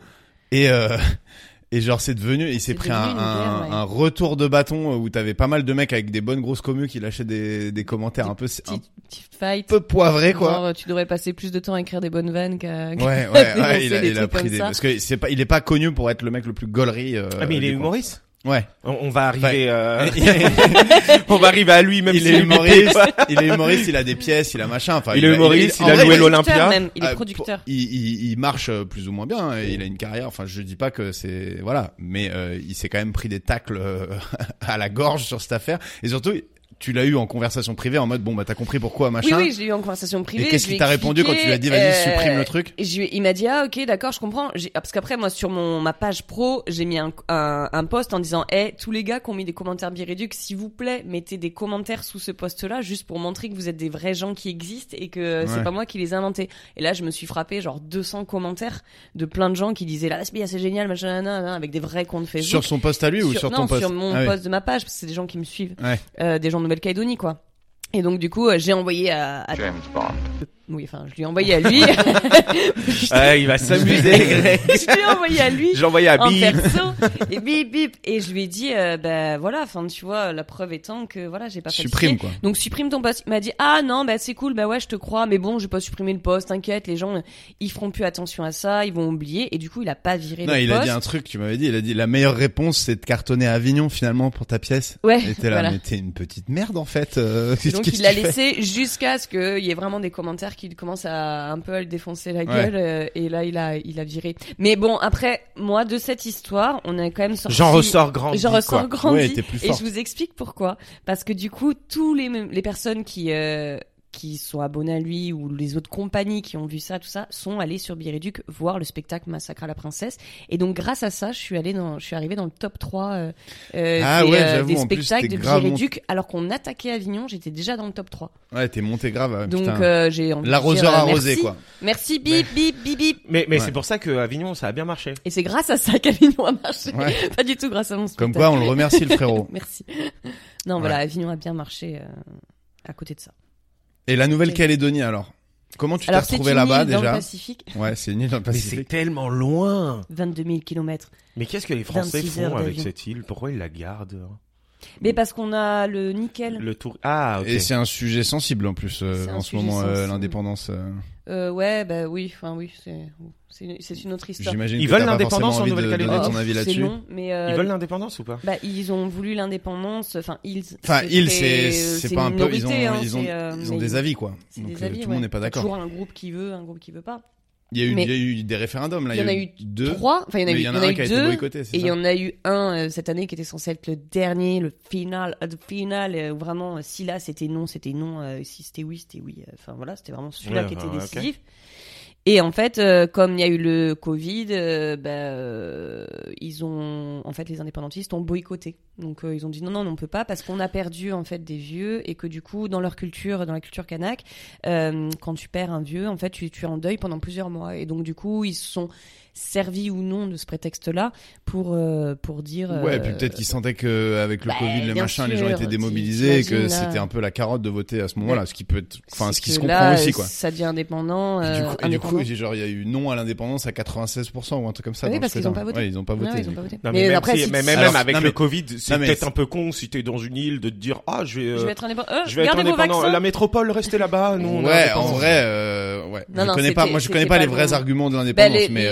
et genre c'est devenu il s'est pris un retour de bâton où t'avais pas mal de mecs avec des bonnes grosses communes qui lâchaient des commentaires un peu fight peu poivrés quoi. Genre, tu devrais passer plus de temps à écrire des bonnes vannes qu'à il a pris des parce que il est pas connu pour être le mec le plus gaulerie mais il est humoriste. Ouais. On va arriver on va arriver à lui même il est humoriste, il a des pièces, il a machin, enfin il est humoriste, il a loué l'Olympia, il est producteur. Il marche plus ou moins bien, il a une carrière, enfin je dis pas que c'est voilà, mais il s'est quand même pris des tacles à la gorge sur cette affaire et surtout tu l'as eu en conversation privée en mode bon bah t'as compris pourquoi machin. Oui, je l'ai eu en conversation privée. Et qu'est-ce qu'il t'a répondu quand tu lui as dit vas-y supprime le truc? Il m'a dit ok d'accord je comprends. Parce qu'après moi sur ma page pro j'ai mis un post en disant tous les gars qui ont mis des commentaires Beer Educ s'il vous plaît mettez des commentaires sous ce post là juste pour montrer que vous êtes des vrais gens qui existent et que c'est pas moi qui les ai inventés. Et là je me suis frappé genre 200 commentaires de plein de gens qui disaient la SBA c'est génial machin avec des vrais comptes Facebook. Sur son post à lui ou sur ton post? Sur mon post de ma page parce que c'est des gens qui me suivent, des gens de Nouvelle-Calédonie quoi. Et donc du coup j'ai envoyé à James Bond. Oui, enfin, je lui ai envoyé à lui. Il va s'amuser, Greg. Je lui ai envoyé à lui. J'ai envoyé à en Bip. perso. Et bip. Et je lui ai dit, voilà, enfin, tu vois, la preuve étant que, voilà, j'ai pas fait supprime, quoi. Donc, supprime ton post. Il m'a dit, non, c'est cool, ouais, je te crois, mais bon, je vais pas supprimer le post, t'inquiète, les gens, ils feront plus attention à ça, ils vont oublier. Et du coup, il a pas viré le post. Non, il a dit un truc, tu m'avais dit, il a dit, la meilleure réponse, c'est de cartonner à Avignon, finalement, pour ta pièce. Ouais. Et t'es là, mais t'es une petite merde, en fait. Donc, il l'a laissé jusqu'à ce qu'il y ait vraiment des commentaires père qui commence à un peu à le défoncer la gueule et là il a viré. Mais bon, après moi de cette histoire, on a quand même sorti. J'en ressors grandi. Ouais, et je vous explique pourquoi. Parce que du coup, tous les personnes qui sont abonnés à lui ou les autres compagnies qui ont vu ça, tout ça, sont allés sur Biréduc voir le spectacle Massacre à la princesse. Et donc, grâce à ça, je suis arrivée dans le top 3 des spectacles de Biréduc. Alors qu'on attaquait Avignon, j'étais déjà dans le top 3. Ouais, t'es monté grave. Donc, j'ai envie l'arroseur de dire, arrosé, merci. quoi. Merci, bip, bip, bip, bip. Mais c'est pour ça que Avignon, ça a bien marché. Et c'est grâce à ça qu'Avignon a marché. Ouais. Pas du tout grâce à mon spectacle. Comme quoi, on le remercie, le frérot. Merci. Non, voilà, Avignon a bien marché à côté de ça. Et la Nouvelle-Calédonie, alors? Comment tu t'es retrouvé là-bas, déjà? C'est une île dans le Pacifique. Ouais, c'est une île dans le Pacifique. Mais c'est tellement loin. 22 000 kilomètres. Mais qu'est-ce que les Français font avec cette île? Pourquoi ils la gardent? Mais parce qu'on a le nickel. Le tour. Ah, ok. Et c'est un sujet sensible, en plus, en ce moment, l'indépendance. Ouais, bah oui, enfin oui, c'est une autre histoire. J'imagine ils veulent l'indépendance en Nouvelle-Calédonie. Ton avis là-dessus. C'est long, mais ils veulent l'indépendance ou pas? Bah ils ont voulu l'indépendance. Enfin c'est pas un peu. Ils ont des avis, quoi. Donc tout le monde n'est pas d'accord. Toujours un groupe qui veut, un groupe qui veut pas. Il y a eu des référendums là. Il y en a eu 3. Enfin, il y en a eu 2. Et il y en a eu un cette année qui était censé être le dernier, le final, vraiment si là c'était non, si c'était oui, c'était oui. Enfin voilà, c'était vraiment celui-là qui était décisif. Okay. Et en fait, comme il y a eu le Covid, ils ont, en fait, les indépendantistes ont boycotté. Donc ils ont dit non, on peut pas parce qu'on a perdu en fait des vieux et que du coup dans leur culture, dans la culture kanak, quand tu perds un vieux, en fait, tu es en deuil pendant plusieurs mois. Et donc du coup, ils se sont servis ou non de ce prétexte-là pour dire. Ouais, puis peut-être qu'ils sentaient que avec le Covid, les machins, les gens étaient démobilisés et que c'était un peu la carotte de voter à ce moment-là, ce qui peut être, enfin, ce qui se comprend aussi, quoi. Ça devient indépendant. Du coup, genre, il y a eu non à l'indépendance à 96% ou un truc comme ça. Oui, parce qu'ils ont pas voté. Ouais, ils ont pas voté. Non, mais après, même avec le Covid, c'est peut-être un peu con si t'es dans une île de te dire, je vais être indépendant. Je vais être indépendant. La métropole, restez là-bas. Nous, ouais, en vrai, ouais. Je connais pas les vrais arguments de l'indépendance, mais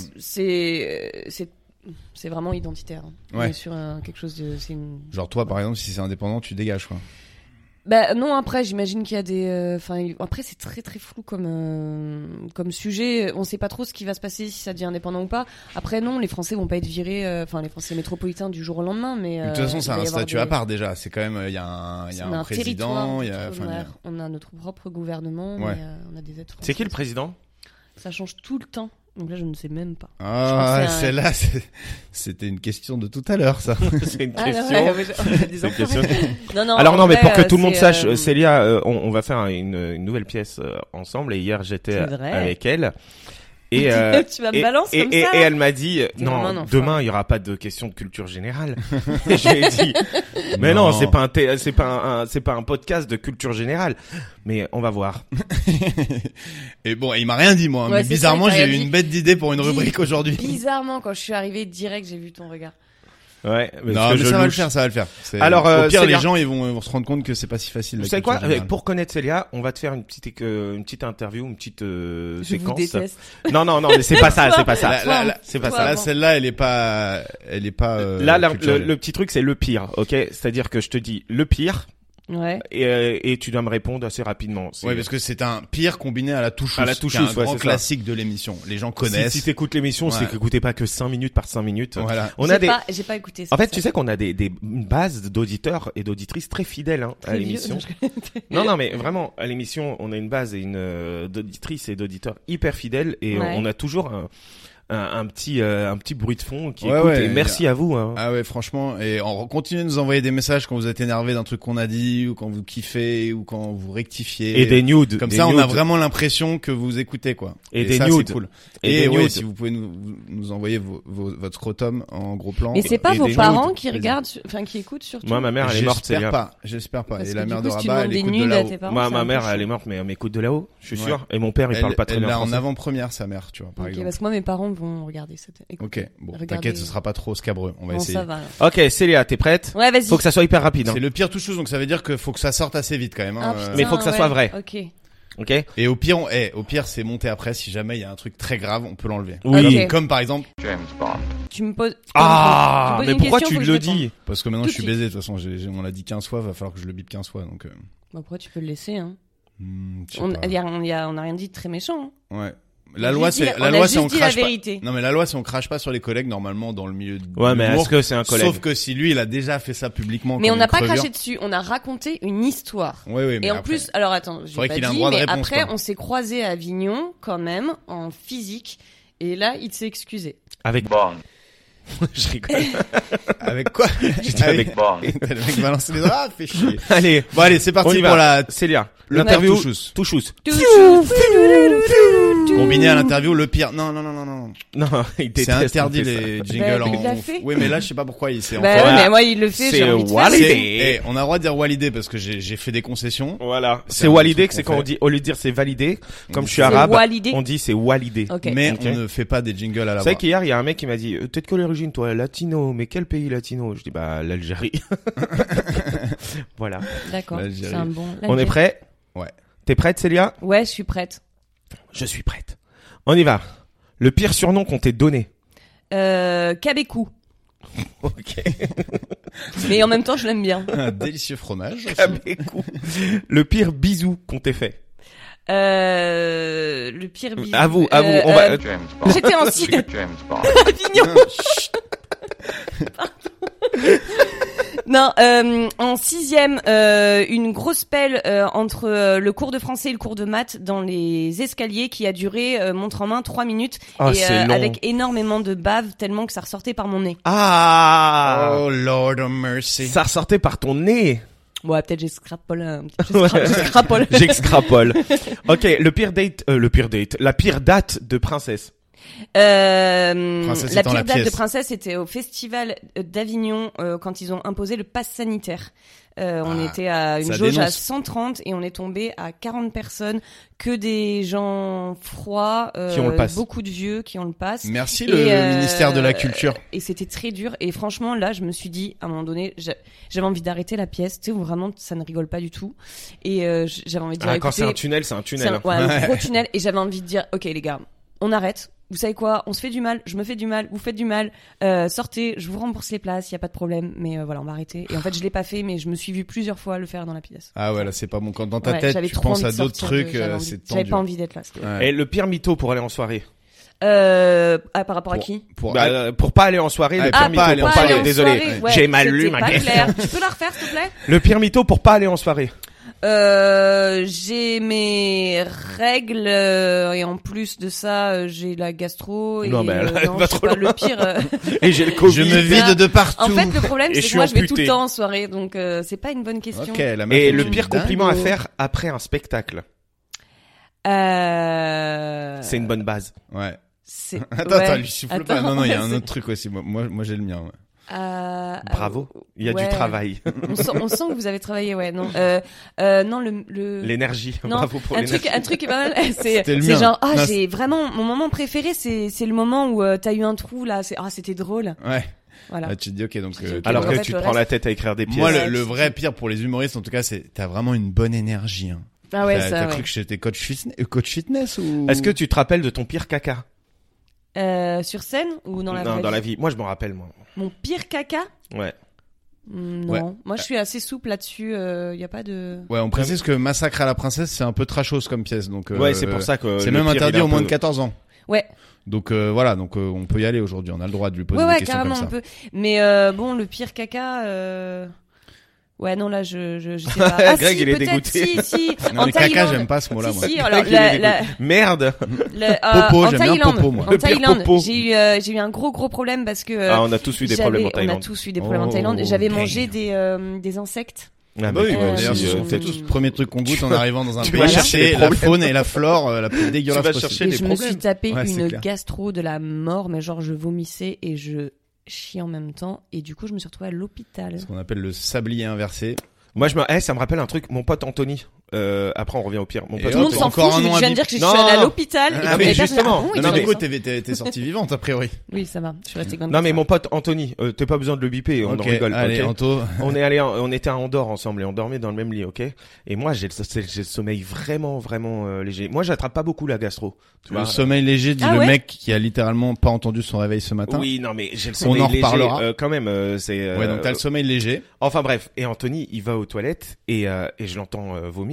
c'est vraiment identitaire. Ouais. On est sur quelque chose de. Genre toi, par exemple, si c'est indépendant, tu dégages, quoi. Bah non, après j'imagine qu'il y a des après c'est très très flou comme sujet, on sait pas trop ce qui va se passer si ça devient indépendant ou pas. Après non, les Français vont pas être virés les Français métropolitains du jour au lendemain, mais de toute façon, c'est un statut à part déjà, c'est quand même il y a un président, on a notre propre gouvernement, ouais. Mais on a des aides françaises. C'est qui le président? Ça change tout le temps. Donc là, je ne sais même pas. Ah, celle-là, c'était une question de tout à l'heure, ça. C'est une question. Non, alors non, mais pour que tout le monde sache, Célia, on va faire une nouvelle pièce ensemble. Et hier, j'étais avec elle. Et tu vas me balancer comme ça. Et elle m'a dit non, demain il y aura pas de questions de culture générale. Et je lui ai dit mais non, c'est pas un podcast de culture générale. Mais on va voir. Et bon, il m'a rien dit moi, mais bizarrement j'ai eu une bête d'idée pour une rubrique aujourd'hui. Bizarrement, quand je suis arrivée direct, j'ai vu ton regard. Ouais, mais ça va le faire. Alors, au pire, les gens, ils vont se rendre compte que c'est pas si facile. Vous savez quoi? Pour connaître Célia, on va te faire une petite interview, une petite séquence. Je vous déteste. Non, mais c'est pas ça, c'est pas ça. C'est pas ça. Là, celle-là, elle est pas. Là, le petit truc, c'est le pire, ok? C'est-à-dire que je te dis le pire. Ouais. Et tu dois me répondre assez rapidement. Ouais, parce que c'est un pire combiné à la touche. À la touche, un grand classique de l'émission. Les gens connaissent. Si t'écoutes l'émission, c'est qu'écoutez pas que 5 minutes par 5 minutes. Voilà. J'ai pas écouté ça. En fait, tu sais qu'on a des bases d'auditeurs et d'auditrices très fidèles, à l'émission. Non, mais vraiment, à l'émission, on a une base et d'auditrices et d'auditeurs hyper fidèles et on a toujours un petit bruit de fond qui écoute et merci à vous. Hein. Ah ouais, franchement, et continuez de nous envoyer des messages quand vous êtes énervé d'un truc qu'on a dit ou quand vous kiffez ou quand vous rectifiez. Et des nudes. Comme ça, on a vraiment l'impression que vous écoutez, quoi. Et des ça, nudes. C'est cool. Et ouais, si vous pouvez nous envoyer votre scrotum en gros plan. Mais c'est pas vos parents qui regardent, qui écoutent surtout. Moi, ma mère, elle est morte. J'espère pas. Parce et la mère de Rabat, elle écoute de là-haut. Moi, ma mère, elle est morte, mais elle m'écoute de là-haut. Je suis sûr. Et mon père, il parle pas très bien français. Elle l'a en avant-première, sa mère, tu vois, par exemple. Parce que moi, mes parents vont regarder cette. Ok, bon, t'inquiète, ce sera pas trop scabreux. On va essayer. Ça va. Ok, Célia, t'es prête? Ouais, vas-y. Faut que ça soit hyper rapide. C'est le pire tout chose, donc ça veut dire que faut que ça sorte assez vite quand même. Mais faut que ça soit vrai. Ok. Et au pire, c'est monter après. Si jamais il y a un truc très grave, on peut l'enlever. Oui. Comme par exemple. James Bond. Tu me poses. Mais pourquoi tu le dis? Parce que maintenant je suis baisé. De toute façon, on l'a dit 15 fois. Va falloir que je le bip 15 fois. Donc. Bah, pourquoi tu peux le laisser, hein? On a rien dit de très méchant. Hein. Ouais. La loi, c'est on crache pas. Non, mais la loi, c'est on crache pas sur les collègues, normalement, dans le milieu de ouais, mais est-ce que c'est un collègue? Sauf que si lui, il a déjà fait ça publiquement. Mais on n'a pas craché dessus, on a raconté une histoire. Oui, mais et en après, plus, alors attends, j'ai pas dit, mais réponse, après, on s'est croisés à Avignon, quand même, en physique, et là, il s'est excusé. Avec Bon. Je rigole. Avec quoi? J'étais avec Bon. Le mec balance les doigts, fait chier. Allez. Bon, allez, c'est parti pour la Célia. L'interview. Touchous. Combiné à l'interview, le pire. Non. Non, c'est interdit les jingles en. Il l'a fait. Oui, mais là, je sais pas pourquoi il s'est. Bah ouais, mais moi, il le fait. C'est Walidé. On a le droit de dire Walidé parce que j'ai fait des concessions. Voilà. C'est Walidé que c'est quand on dit, au lieu de dire c'est validé, comme je suis arabe, on dit c'est Walidé. Mais on ne fait pas des jingles à la voix. C'est vrai qu'hier, il y a un mec qui m'a dit, peut-être que l'origine, toi, latino, mais quel pays latino? Je dis, bah, l'Algérie. Voilà. D'accord. C'est un bon. On est prêt? Ouais. T'es prête, Célia? Ouais, je suis prête. Je suis prête. On y va. Le pire surnom qu'on t'ait donné? Cabécou. Ok. Mais en même temps, je l'aime bien. Un délicieux fromage. Cabécou. Le pire bisou qu'on t'ait fait? Le pire bisou. À vous, on va. James Bond. J'étais en Syrie. James Bond. Avignon. Non, en 6e, une grosse pelle entre le cours de français et le cours de maths dans les escaliers qui a duré, montre en main, 3 minutes. Oh, et c'est avec énormément de bave, tellement que ça ressortait par mon nez. Ah! Oh Lord of mercy. Ça ressortait par ton nez. Ouais, peut-être j'extrapole. J'extrapole. Ok, la pire date de princesse. La pire date de princesse était au festival d'Avignon quand ils ont imposé le pass sanitaire. On était à une jauge à 130 et on est tombé à 40 personnes, que des gens froids, qui ont le pass. Beaucoup de vieux qui ont le pass. Merci le ministère de la Culture. Et c'était très dur. Et franchement, là, je me suis dit, à un moment donné, j'avais envie d'arrêter la pièce, tu sais, où vraiment ça ne rigole pas du tout. Et j'avais envie de dire, quand écoutez, c'est un tunnel, c'est un tunnel. Un gros tunnel. Et j'avais envie de dire, ok les gars, on arrête. Vous savez quoi, on se fait du mal, je me fais du mal, vous faites du mal, sortez, je vous rembourse les places, il y a pas de problème, mais voilà, on va arrêter. Et en fait, je l'ai pas fait, mais je me suis vu plusieurs fois le faire dans la pièce. Ah ouais, là c'est pas bon. Quand dans ta tête tu penses à d'autres trucs, c'est tendu. J'avais pas envie d'être là. Ouais. Et le pire mytho pour aller en soirée? Par rapport à qui? Pour pas aller en soirée, le pire mytho. Pour pas aller, désolé, j'ai mal lu ma question. Tu peux la refaire, s'il te plaît? Le pire mytho pour pas aller en soirée. J'ai mes règles et en plus de ça, j'ai la gastro et non, mais non, c'est pas le pire. Et j'ai le Covid. Je me vide de partout. En fait, le problème c'est que moi je vais tout le temps en soirée, donc c'est pas une bonne question. Okay, et le pire compliment à faire après un spectacle. C'est une bonne base. Ouais. Attends, lui souffle pas. Non, il y a un autre truc aussi. Moi j'ai le mien. Ouais. Bravo, il y a du travail. On sent que vous avez travaillé, ouais. Non, non l'énergie. Non, bravo pour l'énergie. Un truc est pas mal. C'est genre j'ai vraiment mon moment préféré, c'est le moment où t'as eu un trou là. C'était drôle. Ouais. Voilà. Là, tu te dis ok donc. Alors que tu te prends la tête à écrire des pièces. Moi, le vrai pire pour les humoristes, en tout cas, c'est t'as vraiment une bonne énergie. Hein. Ah ouais, t'as cru que j'étais coach fitness ou? Est-ce que tu te rappelles de ton pire caca? Sur scène ou dans la vraie vie? Dans la vie. Moi, je m'en rappelle, moi. Mon pire caca? Ouais. Non. Ouais. Moi, je suis assez souple là-dessus. Y a pas de. Ouais, on précise que Massacre à la princesse, c'est un peu trashos comme pièce, donc. Ouais, c'est pour ça que. C'est même interdit aux moins de 14 ans. Ouais. Donc voilà, donc on peut y aller aujourd'hui. On a le droit de lui poser des questions carrément, comme ça. On peut. Mais bon, le pire caca. Ouais, non, là, je sais pas. Ah, Greg, si, il est dégoûté. Si. Non, le caca, j'aime pas ce mot-là, moi. Si, alors, Merde. Popo, j'aime bien popo, moi. En Thaïlande, j'ai eu un gros problème parce que. On a tous eu des problèmes en Thaïlande. On a tous eu des problèmes en Thaïlande. J'avais mangé des insectes. Ah bah oui, d'ailleurs, c'est tout le premier truc qu'on goûte en arrivant dans un pays, chercher la faune et la flore la plus dégueulasse possible. Et je me suis tapé une gastro de la mort, mais genre je vomissais et je chier en même temps et du coup je me suis retrouvée à l'hôpital. Ce qu'on appelle le sablier inversé. Moi ça me rappelle un truc, mon pote Anthony. Après on revient au pire. Mon pote tout le monde s'en fout, je viens de dire que je suis allée à l'hôpital. Ah mais justement. Non, du coup t'es sortie vivante a priori. Oui, ça va. Je suis restée. Non mais mon pote Anthony, t'as pas besoin de le biper, on en rigole. Allez, Anto. On était à Andorre ensemble et on dormait dans le même lit, ok. Et moi j'ai le sommeil vraiment léger. Moi j'attrape pas beaucoup la gastro. Le sommeil léger dit le mec qui a littéralement pas entendu son réveil ce matin. Oui, non mais j'ai le sommeil léger. On en reparlera. Quand même, c'est. Ouais, donc t'as le sommeil léger. Enfin bref, et Anthony il va aux toilettes et je l'entends vomir.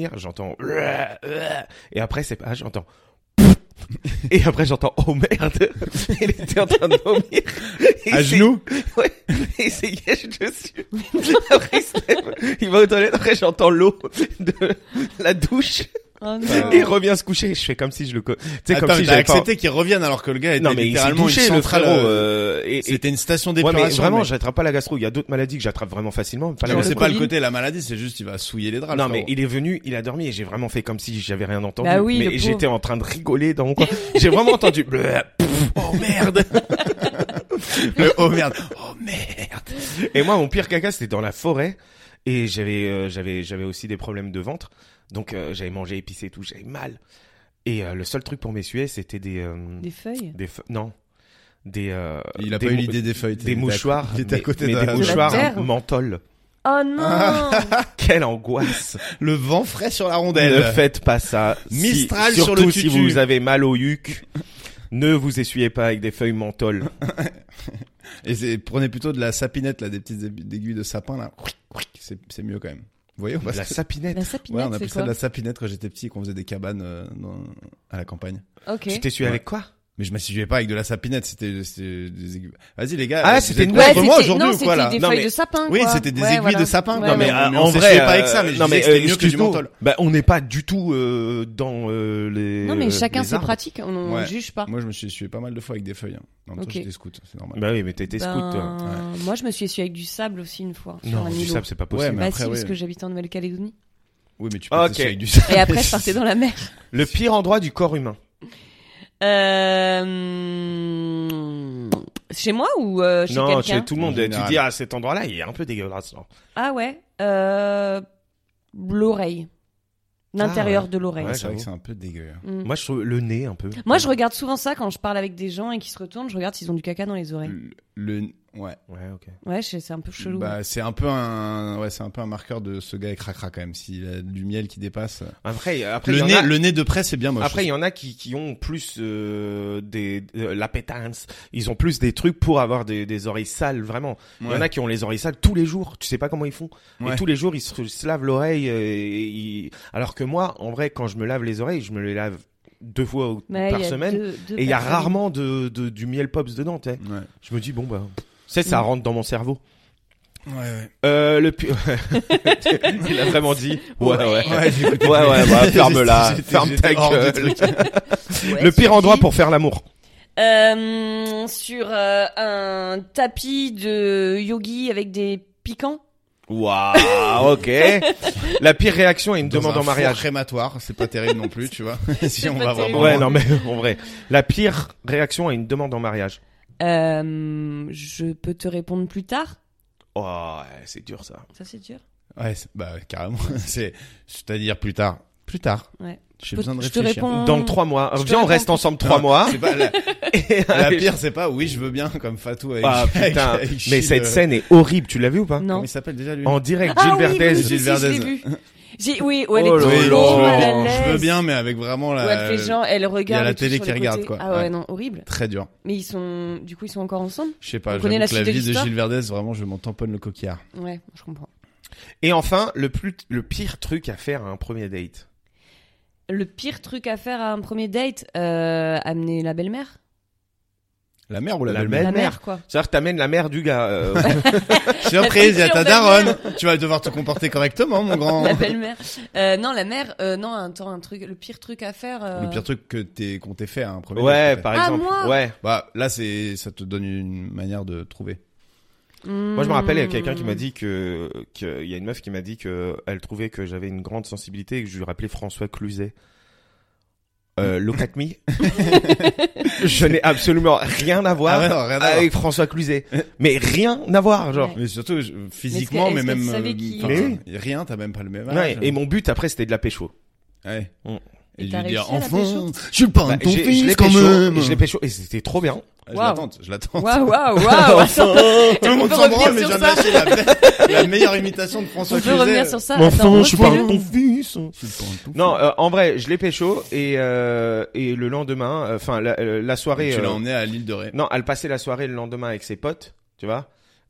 dormir, j'entends et après c'est pas, j'entends et après j'entends oh merde, il était en train de dormir à genoux. Ouais, et il s'est gâché dessus. Après il va aux toilettes, après j'entends l'eau de la douche. Oh et il revient se coucher. Je fais comme si je le, tu sais, comme si j'avais accepté qu'il revienne alors que le gars était littéralement touché, une centrale. C'était une station d'épuration. Ouais, mais vraiment, j'attrape pas la gastro. Il y a d'autres maladies que j'attrape vraiment facilement. Pas c'est pas le côté la maladie, c'est juste il va souiller les draps. Non, mais il est venu, il a dormi et j'ai vraiment fait comme si j'avais rien entendu. Bah oui, mais j'étais en train de rigoler dans mon coin. J'ai vraiment entendu oh merde. Le oh merde. Oh merde. Et moi, mon pire caca, c'était dans la forêt et j'avais aussi des problèmes de ventre. Donc j'avais mangé épicé et tout, j'avais mal. Et le seul truc pour m'essuyer, c'était des feuilles. Non. Il a pas eu l'idée des feuilles. Des mouchoirs. Il était à côté des mouchoirs menthol. Oh non. Quelle angoisse. Le vent frais sur la rondelle. Ne faites pas ça. Mistral sur le tutu. Surtout si vous avez mal au huc, ne vous essuyez pas avec des feuilles menthol. Et prenez plutôt de la sapinette là, des petites aiguilles de sapin là. C'est mieux quand même. Vous voyez, la sapinette. La sapinette, ouais, on appelait ça de la sapinette quand j'étais petit et qu'on faisait des cabanes à la campagne. Ok. Tu t'essuyais avec quoi? Mais je m'essuyais pas avec de la sapinette, c'était des aiguilles. Vas-y les gars. Ah, c'était une blague contre moi aujourd'hui ou quoi là? C'était des feuilles de sapin. Oui, c'était des aiguilles de sapin. Non mais en on vrai, pas avec ça, mais je disais que c'était mieux que du menthol. Bah on n'est pas du tout dans les. Non mais chacun ses arbres. pratiques, on juge pas. Moi je me suis essuyé pas mal de fois avec des feuilles. En même temps j'étais scout, c'est normal. Bah oui, mais t'étais scout toi. Moi je me suis essuyé avec du sable aussi une fois. Non, du sable c'est pas possible. Bah si, parce que j'habitais en Nouvelle-Calédonie. Oui, mais tu peux t'essuyer avec du sable. Et après je partais dans la mer. Le pire endroit du corps humain. Chez moi ou chez quelqu'un? Non, chez tout le monde. Tu dis cet endroit-là, il est un peu dégueulasse. Non. Ah ouais. L'oreille. L'intérieur de l'oreille. Ouais, c'est vrai que c'est un peu dégueu. Moi, je trouve le nez un peu. Moi, je regarde souvent ça quand je parle avec des gens et qui se retournent. Je regarde s'ils ont du caca dans les oreilles. Ouais. Ouais, ok. Ouais, c'est un peu chelou. Bah, c'est un peu un marqueur de ce gars est cracra quand même. S'il a du miel qui dépasse. Après, le nez de près, c'est bien moche. Après, il y en a qui ont plus l'appétence. Ils ont plus des trucs pour avoir des oreilles sales, vraiment. Il y en a qui ont les oreilles sales tous les jours. Tu sais pas comment ils font. Et tous les jours, ils se lavent l'oreille. Alors que moi, en vrai, quand je me lave les oreilles, je me les lave 2 fois par semaine. Et il y a rarement du miel pops dedans, tu sais. Ouais. Je me dis, bon, bah, ça rentre dans mon cerveau. Ouais. Il a vraiment dit. Ouais, bah, ferme-la. Ferme ta gueule. Le pire endroit pour faire l'amour. Sur un tapis de yogi avec des piquants. Waouh, ok. La pire réaction à une demande en mariage. Crématoire, c'est pas terrible non plus, tu vois. Si on va vraiment. Ouais, non mais en vrai, la pire réaction à une demande en mariage. Je peux te répondre plus tard. Oh, ouais, c'est dur ça. Ça c'est dur. Ouais, bah carrément. C'est-à-dire plus tard. Plus tard. Ouais. J'ai besoin de réfléchir. Dans 3 mois. Viens, on reste ensemble 3 mois. C'est pas la pire, c'est pas oui, je veux bien comme Fatou avec. Ah putain. Avec mais cette scène est horrible. Tu l'as vu ou pas? Non. Comment il s'appelle déjà lui? En direct, Gilles Verdez. Oui, Gilles Verdez. Je l'ai vu. Oui, elle est je veux bien, mais avec vraiment la. Elle fait genre, elle regarde. Il y a la télé qui regarde quoi. Ah ouais, non, horrible. Très dur. Mais ils sont encore ensemble? Je sais pas. J'avoue que la vie de Gilles Verdez, vraiment, je m'en tamponne le coquillard. Ouais, je comprends. Et enfin, le pire truc à faire à un premier date. Le pire truc à faire à un premier date, amener la belle-mère. La mère ou la belle-mère? La mère, quoi. C'est-à-dire que t'amènes la mère du gars. Surprise, il y a ta daronne. Tu vas devoir te comporter correctement, mon grand. La belle-mère. Non, la mère, non, attends, le pire truc à faire. Le pire truc qu'on t'ait fait à un premier date. Ouais, date, par exemple. Moi ouais. Bah, là, ça te donne une manière de trouver. Moi, je me rappelle, il y a quelqu'un qui m'a dit il y a une meuf qui m'a dit elle trouvait que j'avais une grande sensibilité et que je lui rappelais François Cluzet. Look at me. Je n'ai absolument rien à voir avec François Cluzet. Mais rien à voir, genre. Ouais. Mais surtout, physiquement, mais même, rien, t'as même pas le même âge. Ouais, et mon but après, c'était de la pécho. Ouais. Et lui dire, enfant, je suis pas ton fils quand même. Je l'ai pécho et c'était trop bien. Je l'attends. Waouh. Tout le monde s'en branle, mais j'ai lâché la meilleure imitation de François Cluzet. On peut revenir sur ça. Enfant, je suis pas ton fils. Non, en vrai, je l'ai pécho et le lendemain, enfin la soirée. Tu l'as emmené à l'île de Ré. Non, elle passait la soirée le lendemain avec ses potes, tu vois.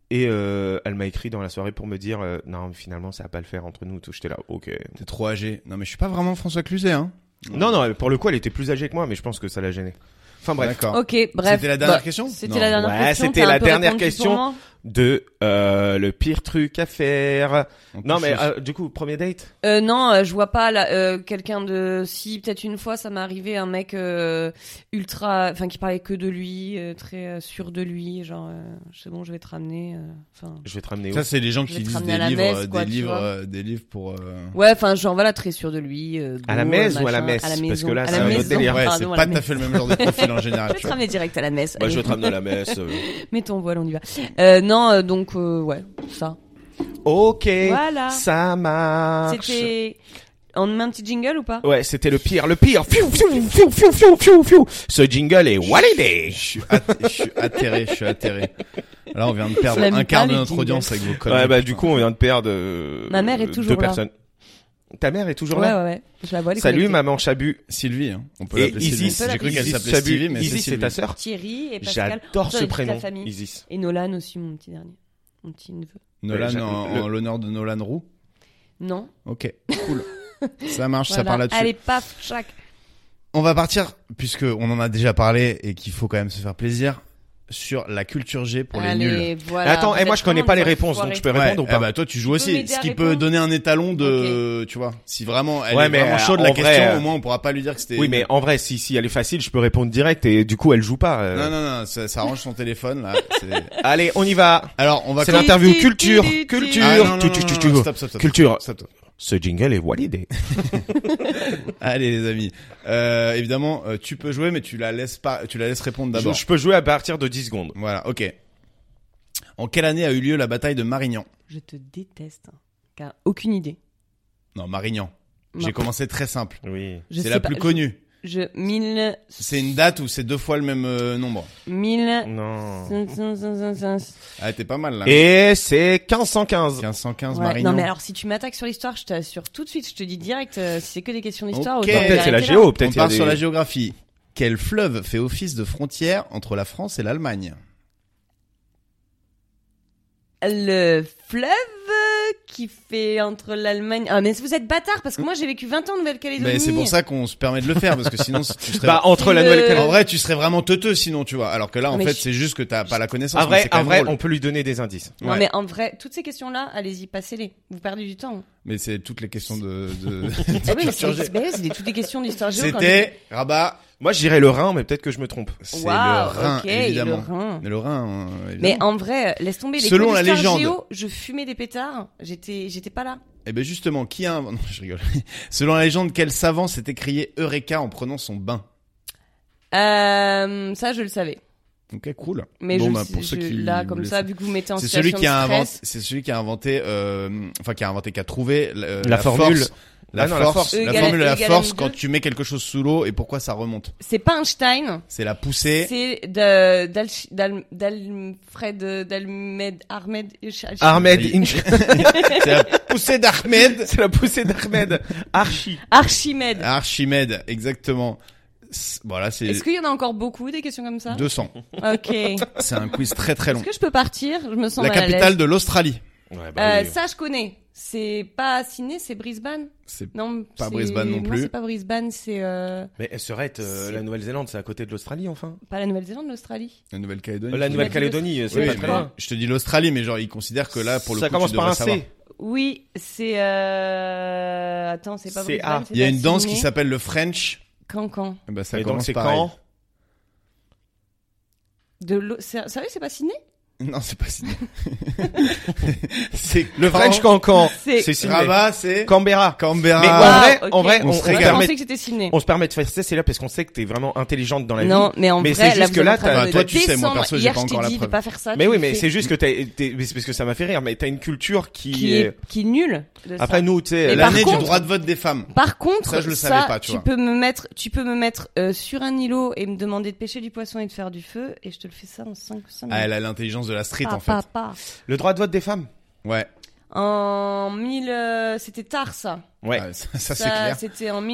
Et elle m'a écrit dans la soirée pour me dire non, finalement ça va pas le faire entre nous. Tout. J'étais là, ok. T'es trop âgé. Non mais je suis pas vraiment François Cluzet, hein. Non, pour le coup elle était plus âgée que moi, mais je pense que ça l'a gêné. Enfin bref. D'accord. Ok, bref. C'était la dernière question. C'était la dernière question. C'était la dernière question de le pire truc à faire. Non mais du coup premier date. Non, je vois pas quelqu'un de si peut-être une fois ça m'est arrivé un mec ultra qui parlait que de lui, très sûr de lui, genre c'est bon, je vais te ramener je vais te ramener où? Ça c'est les gens qui lisent des livres pour Ouais, genre voilà, très sûr de lui, à la messe ou à la messe, parce que là c'est un autre délire. Ouais, c'est pas tout à fait le même genre de profil en général. Je vais te ramener direct à la messe. Bah je vais te ramener à la messe. Mets ton voile, on y va. Non, donc ouais, ça. Ok, voilà. Ça marche. C'était... On met un petit jingle ou pas? Ouais, c'était le pire. Fiou, fiou, fiou, fiou, fiou, fiou, fiou. Ce jingle est validé. Je suis atterré. Là, on vient de perdre un quart de notre audience avec vos conneries. Ouais, bah du coup, on vient de perdre Ma mère est toujours 2 là. personnes. Ta mère est toujours là? Ouais. Je la vois. Salut, maman Chabu. Sylvie, hein. On peut l'appeler Sylvie. Isis. J'ai cru qu'elle s'appelait Chabu. Sylvie, mais Isis, c'est ta sœur? Thierry et Pascal. J'adore ce prénom. Isis. Et Nolan aussi, mon petit dernier. Mon petit neveu. Nolan en l'honneur de Nolan Roux? Non. Ok, cool. Ça marche, Voilà. ça part là-dessus. Allez, paf, chac. On va partir, puisque on en a déjà parlé et qu'il faut quand même se faire plaisir, sur la culture G pour les nuls. Voilà, attends, et moi je connais pas les réponses, donc je peux répondre ou pas? Bah toi tu joues aussi, ce qui peut donner un étalon de, tu vois, si vraiment elle est mais vraiment chaude la vrai, question, au moins on pourra pas lui dire que c'était. Oui, mais en vrai, si elle est facile, je peux répondre direct et du coup elle joue pas. Non, ça range son téléphone là. Allez, on y va. Alors on va. C'est l'interview culture. Stop. Culture. Ce jingle est validé. Allez les amis. Évidemment, tu peux jouer, mais tu la laisses répondre d'abord. Je peux jouer à partir de 10 secondes. Voilà, ok. En quelle année a eu lieu la bataille de Marignan? Je te déteste. Car aucune idée. Non, Marignan. Non. J'ai commencé très simple. Oui. C'est la plus connue. C'est une date où c'est 2 fois le même nombre. Non. Ah, t'es pas mal là. Et c'est 1515. 1515 ouais. Marignan. Non mais alors si tu m'attaques sur l'histoire, je t'assure tout de suite, je te dis direct si c'est que des questions d'histoire. Ok. Peut-être c'est la géo, peut-être. On part sur la géographie. Quel fleuve fait office de frontière entre la France et l'Allemagne? Le fleuve qui fait entre l'Allemagne... Ah mais vous êtes bâtard parce que moi j'ai vécu 20 ans en Nouvelle-Calédonie. Mais c'est pour ça qu'on se permet de le faire parce que sinon tu serais... entre la Nouvelle-Calédonie... En vrai tu serais vraiment teuteux sinon tu vois. Alors que là en fait c'est juste que t'as pas la connaissance. En vrai on peut lui donner des indices. Non mais en vrai toutes ces questions là, allez-y passez-les. Vous perdez du temps. Mais c'est toutes les questions de ah oui, c'est toutes les questions d'histoire géo. C'était Rabat. Moi, je dirais le Rhin, mais peut-être que je me trompe. C'est le Rhin, évidemment. Le Rhin, évidemment. Mais en vrai, laisse tomber. Les Selon la légende, géo, je fumais des pétards. J'étais pas là. Eh ben justement, non, je rigole. Selon la légende, quel savant s'est écrié Eureka en prenant son bain? Ça, je le savais. Ok, cool. Mais pour ceux qui là, comme ça, vu que vous mettez en situation c'est celui qui a inventé, qui a trouvé la formule. La formule de la force quand tu mets quelque chose sous l'eau et pourquoi ça remonte. C'est pas Einstein. C'est la poussée. C'est Ahmed. C'est la poussée d'Ahmed. C'est la poussée d'Ahmed. Archimède, exactement. Voilà, Est-ce qu'il y en a encore beaucoup des questions comme ça? 200. Ok. C'est un quiz très très long. Est-ce que je peux partir? Je me sens mal à l'aise. La capitale de l'Australie. Ouais, bah oui. Ça je connais. C'est pas Sydney, c'est Brisbane. Non, pas Brisbane non plus. Non, c'est pas Brisbane, c'est. Mais elle serait la Nouvelle-Zélande, c'est à côté de l'Australie enfin. Pas la Nouvelle-Zélande, l'Australie. La Nouvelle-Calédonie. La Nouvelle-Calédonie, c'est pas très loin. Je te dis l'Australie, mais genre ils considèrent que là pour le coup ça commence par un C. Oui, c'est. Attends, c'est pas Brisbane. Il y a une danse qui s'appelle le French. Cancan. Bah ça commence c'est pareil. Sérieux, c'est pas Sydney? Non, c'est pas Sydney. C'est le French Cancan. C'est Sydney. Rabat, c'est Canberra. Mais en vrai, on pensait que c'était Sydney. On se permet de faire ça, c'est là parce qu'on sait que t'es vraiment intelligente dans la vie. Non, mais en vrai, c'est juste que là, toi, tu sais, moi perso, j'ai pas encore la preuve. De pas faire ça. Mais oui, mais c'est juste que c'est parce que ça m'a fait rire, mais t'as une culture qui est nulle. Après nous, tu sais, l'année du droit de vote des femmes. Par contre, ça je le savais pas, tu vois. Tu peux me mettre sur un îlot et me demander de pêcher du poisson et de faire du feu et je te le fais ça en 5 minutes. Ah, elle a l'intelligence de la street en fait. Le droit de vote des femmes. Ouais. C'était tard ça. Ouais. Ça c'est clair. C'était en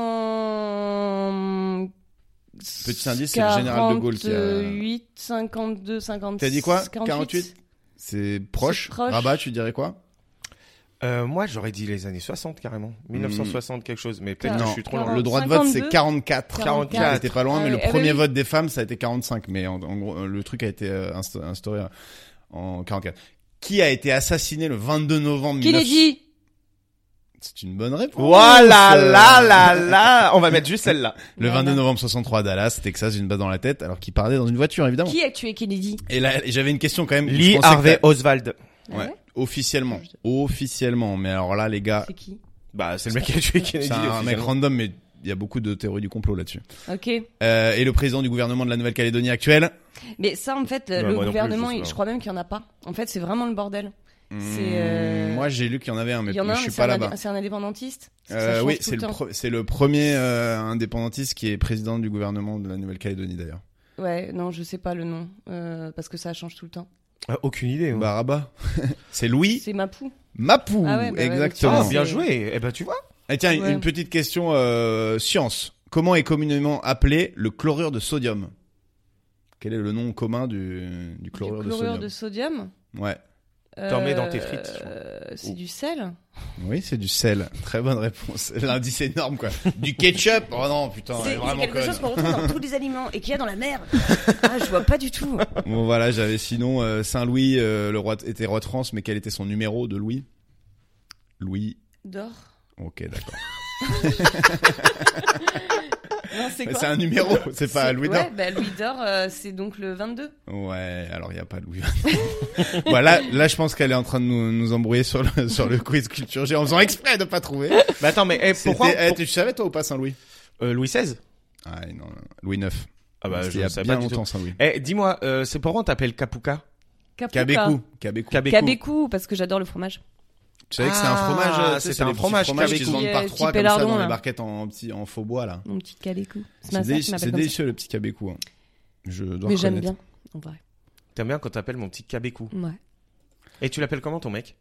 1900. Petit indice, c'est le général de Gaulle qui a. 48, 52, 56. T'as dit quoi? 48? C'est proche. Rabat, tu dirais quoi? Moi, j'aurais dit les années 60 carrément. 1960 quelque chose, mais peut-être que je suis trop loin. Le droit de vote, c'est 44. 44. C'était pas loin, mais le premier vote des femmes, ça a été 45. Mais en gros, le truc a été instauré en 44. Qui a été assassiné le 22 novembre Kennedy. C'est une bonne réponse. Voilà, là. On va mettre juste celle-là. Le 22 novembre 63 à Dallas, Texas, une balle dans la tête, alors qu'il parlait dans une voiture, évidemment. Qui a tué Kennedy? Et là, j'avais une question quand même. Lee Harvey Oswald. Ouais. Officiellement. Mais alors là, les gars. C'est qui? Bah, c'est le mec qui a tué Kennedy. C'est un mec random, mais il y a beaucoup de théories du complot là-dessus. Ok. Et le président du gouvernement de la Nouvelle-Calédonie actuelle. Mais ça, en fait, le gouvernement, je crois même qu'il y en a pas. En fait, c'est vraiment le bordel. Moi, j'ai lu qu'il y en avait un, mais je suis pas là-bas. C'est un indépendantiste? Oui, c'est le premier indépendantiste qui est président du gouvernement de la Nouvelle-Calédonie d'ailleurs. Ouais, non, je sais pas le nom, parce que ça change tout le temps. Aucune idée. Bah, Rabat. C'est Louis. C'est Mapou. Mapou, exactement. Ah, bien joué. Eh ben, tu vois. Et tiens, une petite question science. Comment est communément appelé le chlorure de sodium? Quel est le nom commun du chlorure de sodium? Chlorure de sodium? Ouais. T'en mets dans tes frites. C'est du sel? Oui, c'est du sel. Très bonne réponse. L'indice est énorme, quoi. Du ketchup? Oh non, putain, c'est vraiment quelque chose qu'on retrouve dans tous les aliments et qu'il y a dans la mer. Ah, je vois pas du tout. Bon, voilà, j'avais sinon Saint-Louis, le roi était roi de France, mais quel était son numéro de Louis? Louis d'or. Ok, d'accord. Non, c'est quoi? C'est un numéro, c'est pas Louis d'or. Ouais, bah Louis d'or, c'est donc le 22. Ouais, alors il y a pas Louis 22. Voilà, là je pense qu'elle est en train de nous embrouiller sur le quiz culture G en faisant exprès de pas trouver. Mais attends, mais pourquoi tu savais toi ou pas Saint-Louis? Louis XVI? Ah non, Louis IX. Ah bah il y a bien longtemps Saint-Louis. Dis-moi, c'est pourquoi on t'appelle Kapuka? Kabekou, parce que j'adore le fromage. Tu savais que c'est un fromage, c'est un fromage qui se vendent par 3 comme ça dans les barquettes en faux bois là. Mon petit Kabekou. C'est délicieux le petit Kabekou. Hein. Je dois Mais reconnaître. j'aime bien, en vrai. T'aimes bien quand t'appelles mon petit Kabekou? Ouais. Et tu l'appelles comment ton mec?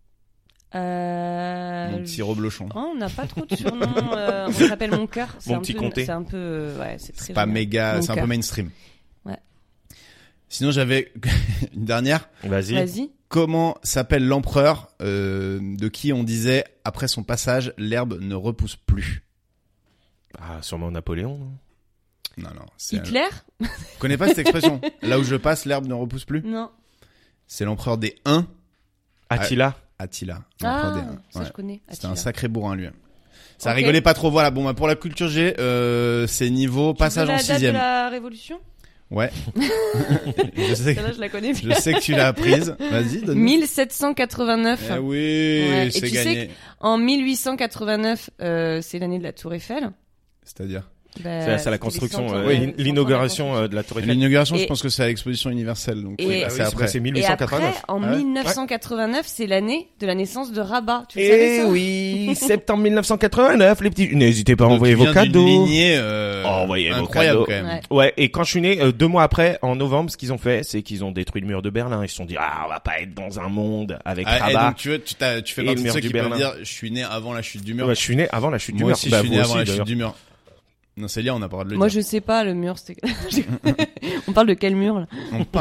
Mon petit reblochon. Oh, on n'a pas trop de surnoms. On s'appelle mon cœur. Mon petit comté. C'est un peu, ouais, c'est très. C'est pas méga, c'est un peu mainstream. Ouais. Sinon j'avais une dernière. Vas-y. Comment s'appelle l'empereur de qui on disait après son passage l'herbe ne repousse plus? Ah, sûrement Napoléon. Non. Hitler? Je connais pas cette expression. Là où je passe, l'herbe ne repousse plus? Non. C'est l'empereur des Huns. Attila. L'empereur des Huns. Ça je connais. C'était un sacré bourrin lui. Ça rigolait pas trop. Voilà. Bon, bah, pour la culture G, c'est niveau passage en 6e. La date de la Révolution? Ouais. Celle-là, je la connais bien. Je sais que tu l'as apprise. Vas-y, donne-nous. 1789. Eh oui, c'est gagné. Sais en 1889, c'est l'année de la Tour Eiffel. C'est-à-dire? C'est la construction, l'inauguration de la Tour Eiffel. L'inauguration, je pense que c'est à l'exposition universelle. Donc c'est après. C'est 1889. Et après, en 1989, c'est l'année de la naissance de Rabat. Tu savais ça? Oui, septembre 1989, les petits. N'hésitez pas à envoyer vos cadeaux. D'une lignée envoyez vos incroyable cadeaux. Quand même. Ouais, et quand je suis né, 2 mois après, en novembre, ce qu'ils ont fait, c'est qu'ils ont détruit le mur de Berlin. Ils se sont dit, on va pas être dans un monde avec Rabat. Donc tu fais partie de ceux qui peuvent dire, je suis né avant la chute du mur. Ouais, je suis né avant la chute du mur. Moi aussi, je suis né avant la chute du mur. Non, Célia, on n'a pas le droit de le dire. Moi, je sais pas, le mur, c'était... On parle de quel mur, là?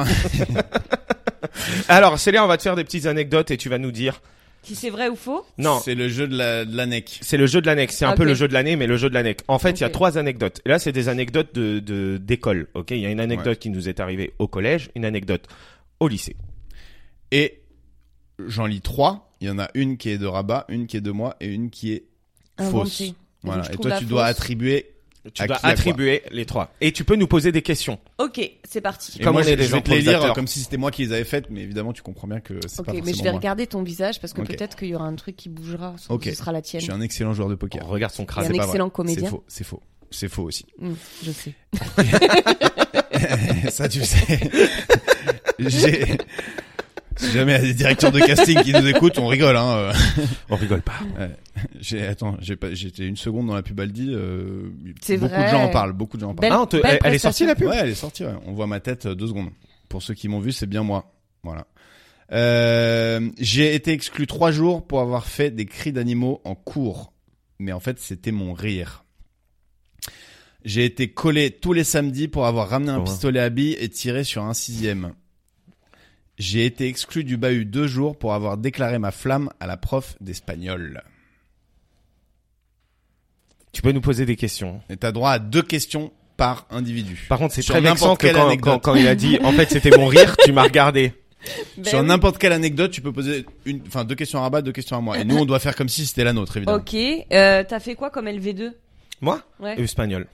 Alors, Célia, on va te faire des petites anecdotes et tu vas nous dire... Si c'est vrai ou faux? Non. C'est le jeu de l'ANEC. C'est le jeu de l'ANEC. C'est un peu le jeu de l'année, mais le jeu de l'ANEC. En fait, il y a 3 anecdotes. Et là, c'est des anecdotes d'école. Ok? Il y a une anecdote qui nous est arrivée au collège, une anecdote au lycée. Et j'en lis 3. Il y en a une qui est de Rabat, une qui est de moi et une qui est fausse. Voilà. Et toi, tu dois attribuer... Tu dois attribuer les 3. Et tu peux nous poser des questions. Ok, c'est parti. Et moi, je vais te les lire comme si c'était moi qui les avais faites, mais évidemment, tu comprends bien que c'est pas forcément mais je vais moi. regarder ton visage parce que peut-être qu'il y aura un truc qui bougera. Ce sera la tienne. Je suis un excellent joueur de poker. Regarde son crâne. Un excellent comédien. C'est faux aussi. Je sais. Ça, tu sais. Si jamais il y a des directeurs de casting qui nous écoutent, on rigole, hein. On rigole pas. Ouais. J'étais une seconde dans la pub Aldi, c'est beaucoup vrai. de gens en parlent, elle est sortie la pub? Ouais, elle est sortie, ouais. On voit ma tête 2 secondes. Pour ceux qui m'ont vu, c'est bien moi. Voilà. J'ai été exclu 3 jours pour avoir fait des cris d'animaux en cours. Mais en fait, c'était mon rire. J'ai été collé tous les samedis pour avoir ramené un pistolet à billes et tiré sur un 6e. J'ai été exclu du bahut 2 jours pour avoir déclaré ma flamme à la prof d'espagnol. Tu peux nous poser des questions. Et t'as droit à 2 questions par individu. Par contre, c'est très vexant que quand il a dit, en fait, c'était mon rire, tu m'as regardé. Sur n'importe quelle anecdote, tu peux poser 2 questions à Rabat, 2 questions à moi. Et nous, on doit faire comme si c'était la nôtre, évidemment. Ok. T'as fait quoi comme LV2? Moi? Ouais. Espagnol.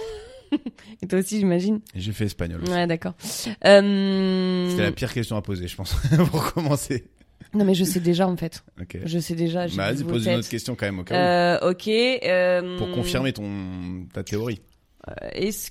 Et toi aussi, j'imagine. Et j'ai fait espagnol aussi. Ouais, d'accord. C'était la pire question à poser, je pense, pour commencer. Non, mais je sais déjà, en fait. Ok. Je sais déjà. Bah, vas-y, pose une autre question quand même, au cas où. Ok. Pour confirmer ta théorie. Est-ce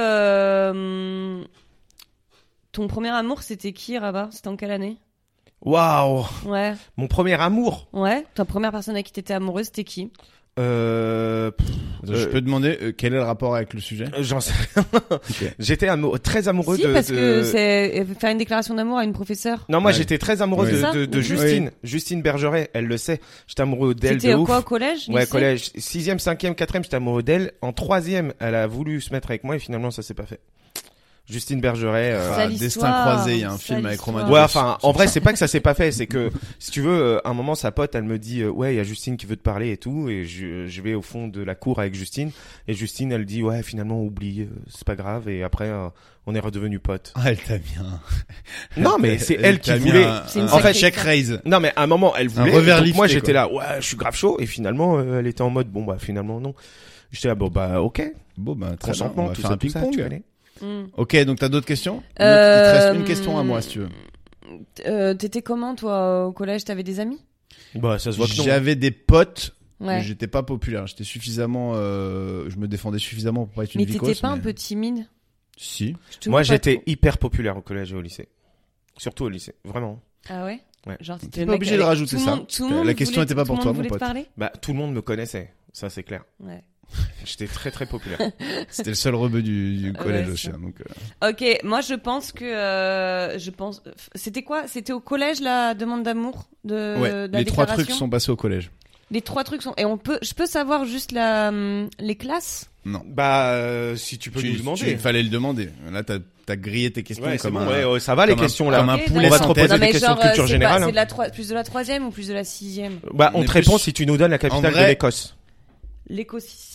que ton premier amour, c'était qui, Rabat? C'était en quelle année? Waouh! Ouais. Mon premier amour? Ouais. Ta première personne à qui t'étais amoureuse, c'était qui? Je peux demander quel est le rapport avec le sujet? J'en sais rien. Okay. J'étais très amoureux de... parce que c'est faire une déclaration d'amour à une professeure. Non, moi j'étais très amoureux de Justine. Oui. Justine Bergeret, elle le sait. J'étais amoureux d'elle de ouf. C'était quoi, au collège? Ouais, collège. 6e, 5e, 4e, j'étais amoureux d'elle. En 3e, elle a voulu se mettre avec moi et finalement ça s'est pas fait. Justine Bergeret, Destin croisé, il y a un film avec Romain. Ouais, enfin, en vrai, c'est pas que ça s'est pas fait, c'est que, si tu veux, un moment, sa pote, elle me dit, ouais, il y a Justine qui veut te parler et tout, et je vais au fond de la cour avec Justine, et Justine, elle dit, ouais, finalement, oublie, c'est pas grave, et après, on est redevenus potes. Ah, elle t'a bien. Non, mais c'est elle qui voulait. En fait, check raise. Non, mais à un moment, elle voulait. Donc moi, j'étais là, ouais, je suis grave chaud, et finalement, elle était en mode, bon, bah, finalement, non. J'étais là, bon, bah, ok. Bon, bah, très bien. On va faire un ping-pong, tu connais. Ok, donc t'as d'autres questions? Il te reste une question à moi, si tu veux. T'étais comment, toi, au collège? T'avais des amis? Bah, ça se voit que non. J'avais des potes, ouais. Mais j'étais pas populaire. J'étais suffisamment, je me défendais suffisamment pour pas être une vicose. Mais t'étais pas un peu timide? Si. Moi, j'étais hyper populaire au collège et au lycée. Surtout au lycée. Vraiment. Ah ouais? Ouais. Genre, t'es pas obligé de rajouter ça. La question était pas pour toi, mon pote. Bah, tout le monde me connaissait. Ça, c'est clair. Ouais. J'étais très très populaire. C'était le seul rebeu du collège aussi. Donc, Ok, moi je pense que c'était quoi? C'était au collège la demande d'amour de ouais, la les 3 trucs sont passés au collège. Les 3 trucs sont et je peux savoir juste les classes? Non. Bah si tu peux nous demander. Il fallait le demander. Là t'as grillé tes questions comme bon, ouais, ça va les questions là. Comme un poulet on va te proposer des questions de culture générale. C'est de la plus de la 3e ou plus de la 6e? Bah on te répond si tu nous donnes la capitale de l'Écosse. L'écosystème.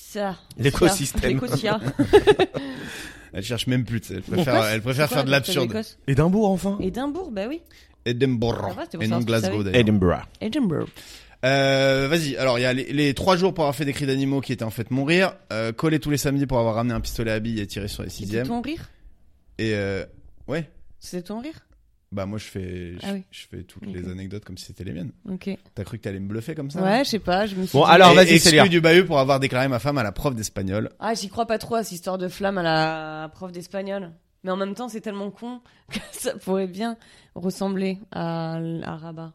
Elle cherche même plus, elle préfère faire de l'absurde. Édimbourg, enfin. Édimbourg, bah oui. Édimbourg. Et non Glasgow d'ailleurs. Edinburgh. Vas-y. Alors, il y a les 3 jours pour avoir fait des cris d'animaux qui étaient en fait mon rire. Coller tous les samedis pour avoir ramené un pistolet à billes et tiré sur les 6e. C'était ton rire? Et ouais. C'était ton rire? Bah moi je fais toutes les anecdotes comme si c'était les miennes. Ok. T'as cru que t'allais me bluffer comme ça? Ouais, je sais pas, je me suis dit... alors vas-y, exclu du bahut pour avoir déclaré ma femme à la prof d'espagnol. Ah, j'y crois pas trop à cette histoire de flamme à la prof d'espagnol. Mais en même temps, c'est tellement con que ça pourrait bien ressembler à Rabat.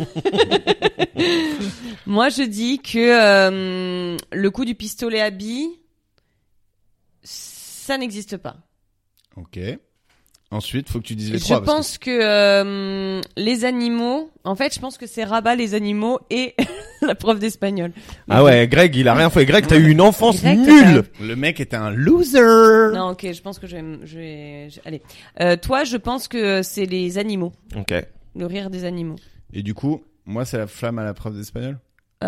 Moi, je dis que le coup du pistolet à billes, ça n'existe pas. Ok. Ensuite, faut que tu dises les 3. Je pense que les animaux, en fait, je pense que c'est Rabat les animaux et la prof d'espagnol. Ah ouais, Greg, il a rien fait. Greg, t'as eu une enfance nulle. Le mec était un loser. Non, ok, je pense que je vais... Allez. Toi, je pense que c'est les animaux. Ok. Le rire des animaux. Et du coup, moi, c'est la flamme à la prof d'espagnol?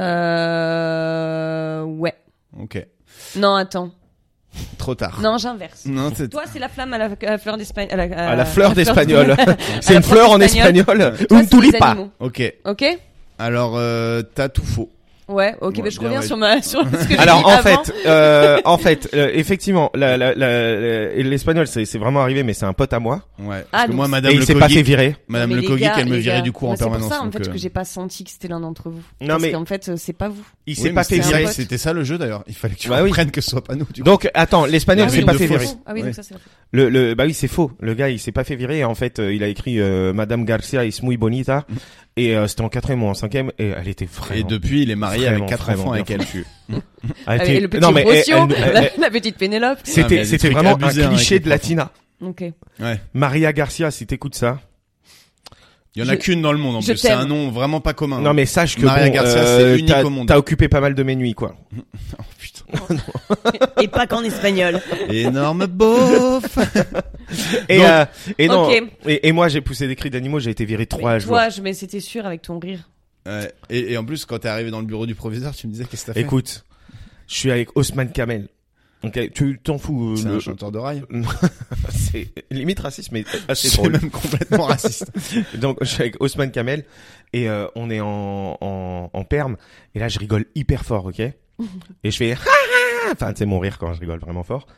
Ouais. Ok. Non, attends. Trop tard. Non, j'inverse. Non, toi, c'est la flamme à la fleur d'espagnol. À la fleur d'espagnol. C'est une fleur en espagnol. Toi, une tulipa. Ok. Ok. Alors, t'as tout faux. Ouais, ok, mais je reviens sur ce que j'ai alors dit en fait, effectivement, l'espagnol c'est vraiment arrivé, mais c'est un pote à moi. Ouais. Parce que moi, Madame il s'est pas fait virer. Madame Le Cogic, elle me virait du cours en permanence. C'est pour ça en fait que j'ai pas senti que c'était l'un d'entre vous. Non parce mais qu'en fait c'est pas vous. Il s'est pas fait virer. C'était ça le jeu d'ailleurs. Il fallait que tu comprennes que ce soit pas nous. Donc attends, l'espagnol s'est pas fait virer. Ah oui, donc ça c'est faux. Bah oui, c'est faux. Le gars, il s'est pas fait virer. En fait, il a écrit Madame Garcia es muy bonita. Et c'était en 4e ou en 5e et elle était vraiment... Et depuis, il est marié avec 4 enfants avec elle. Et le petit Rocio, la petite Pénélope. C'était vraiment un cliché de Latina. Ok. Ouais. Maria Garcia, si t'écoutes ça, Il y en a qu'une dans le monde en plus. C'est un nom vraiment pas commun. Non mais sache que Maria Garcia, c'est unique au monde. T'as occupé pas mal de mes nuits quoi. Oh putain. Et pas qu'en espagnol. Énorme beauf. Et non. Okay. Et moi j'ai poussé des cris d'animaux, j'ai été viré 3 jours. Toi, mais c'était sûr avec ton rire. Ouais. Et en plus quand t'es arrivé dans le bureau du proviseur, tu me disais qu'est-ce que t'as fait? Écoute, je suis avec Haussmann Kamel. Ok, tu t'en fous. C'est un chanteur de rail. C'est limite raciste, mais assez c'est drôle. même complètement raciste. Donc, je suis avec Haussmann Kamel et on est en perm. Et là, je rigole hyper fort, ok. Et je fais enfin, c'est mon rire quand je rigole vraiment fort.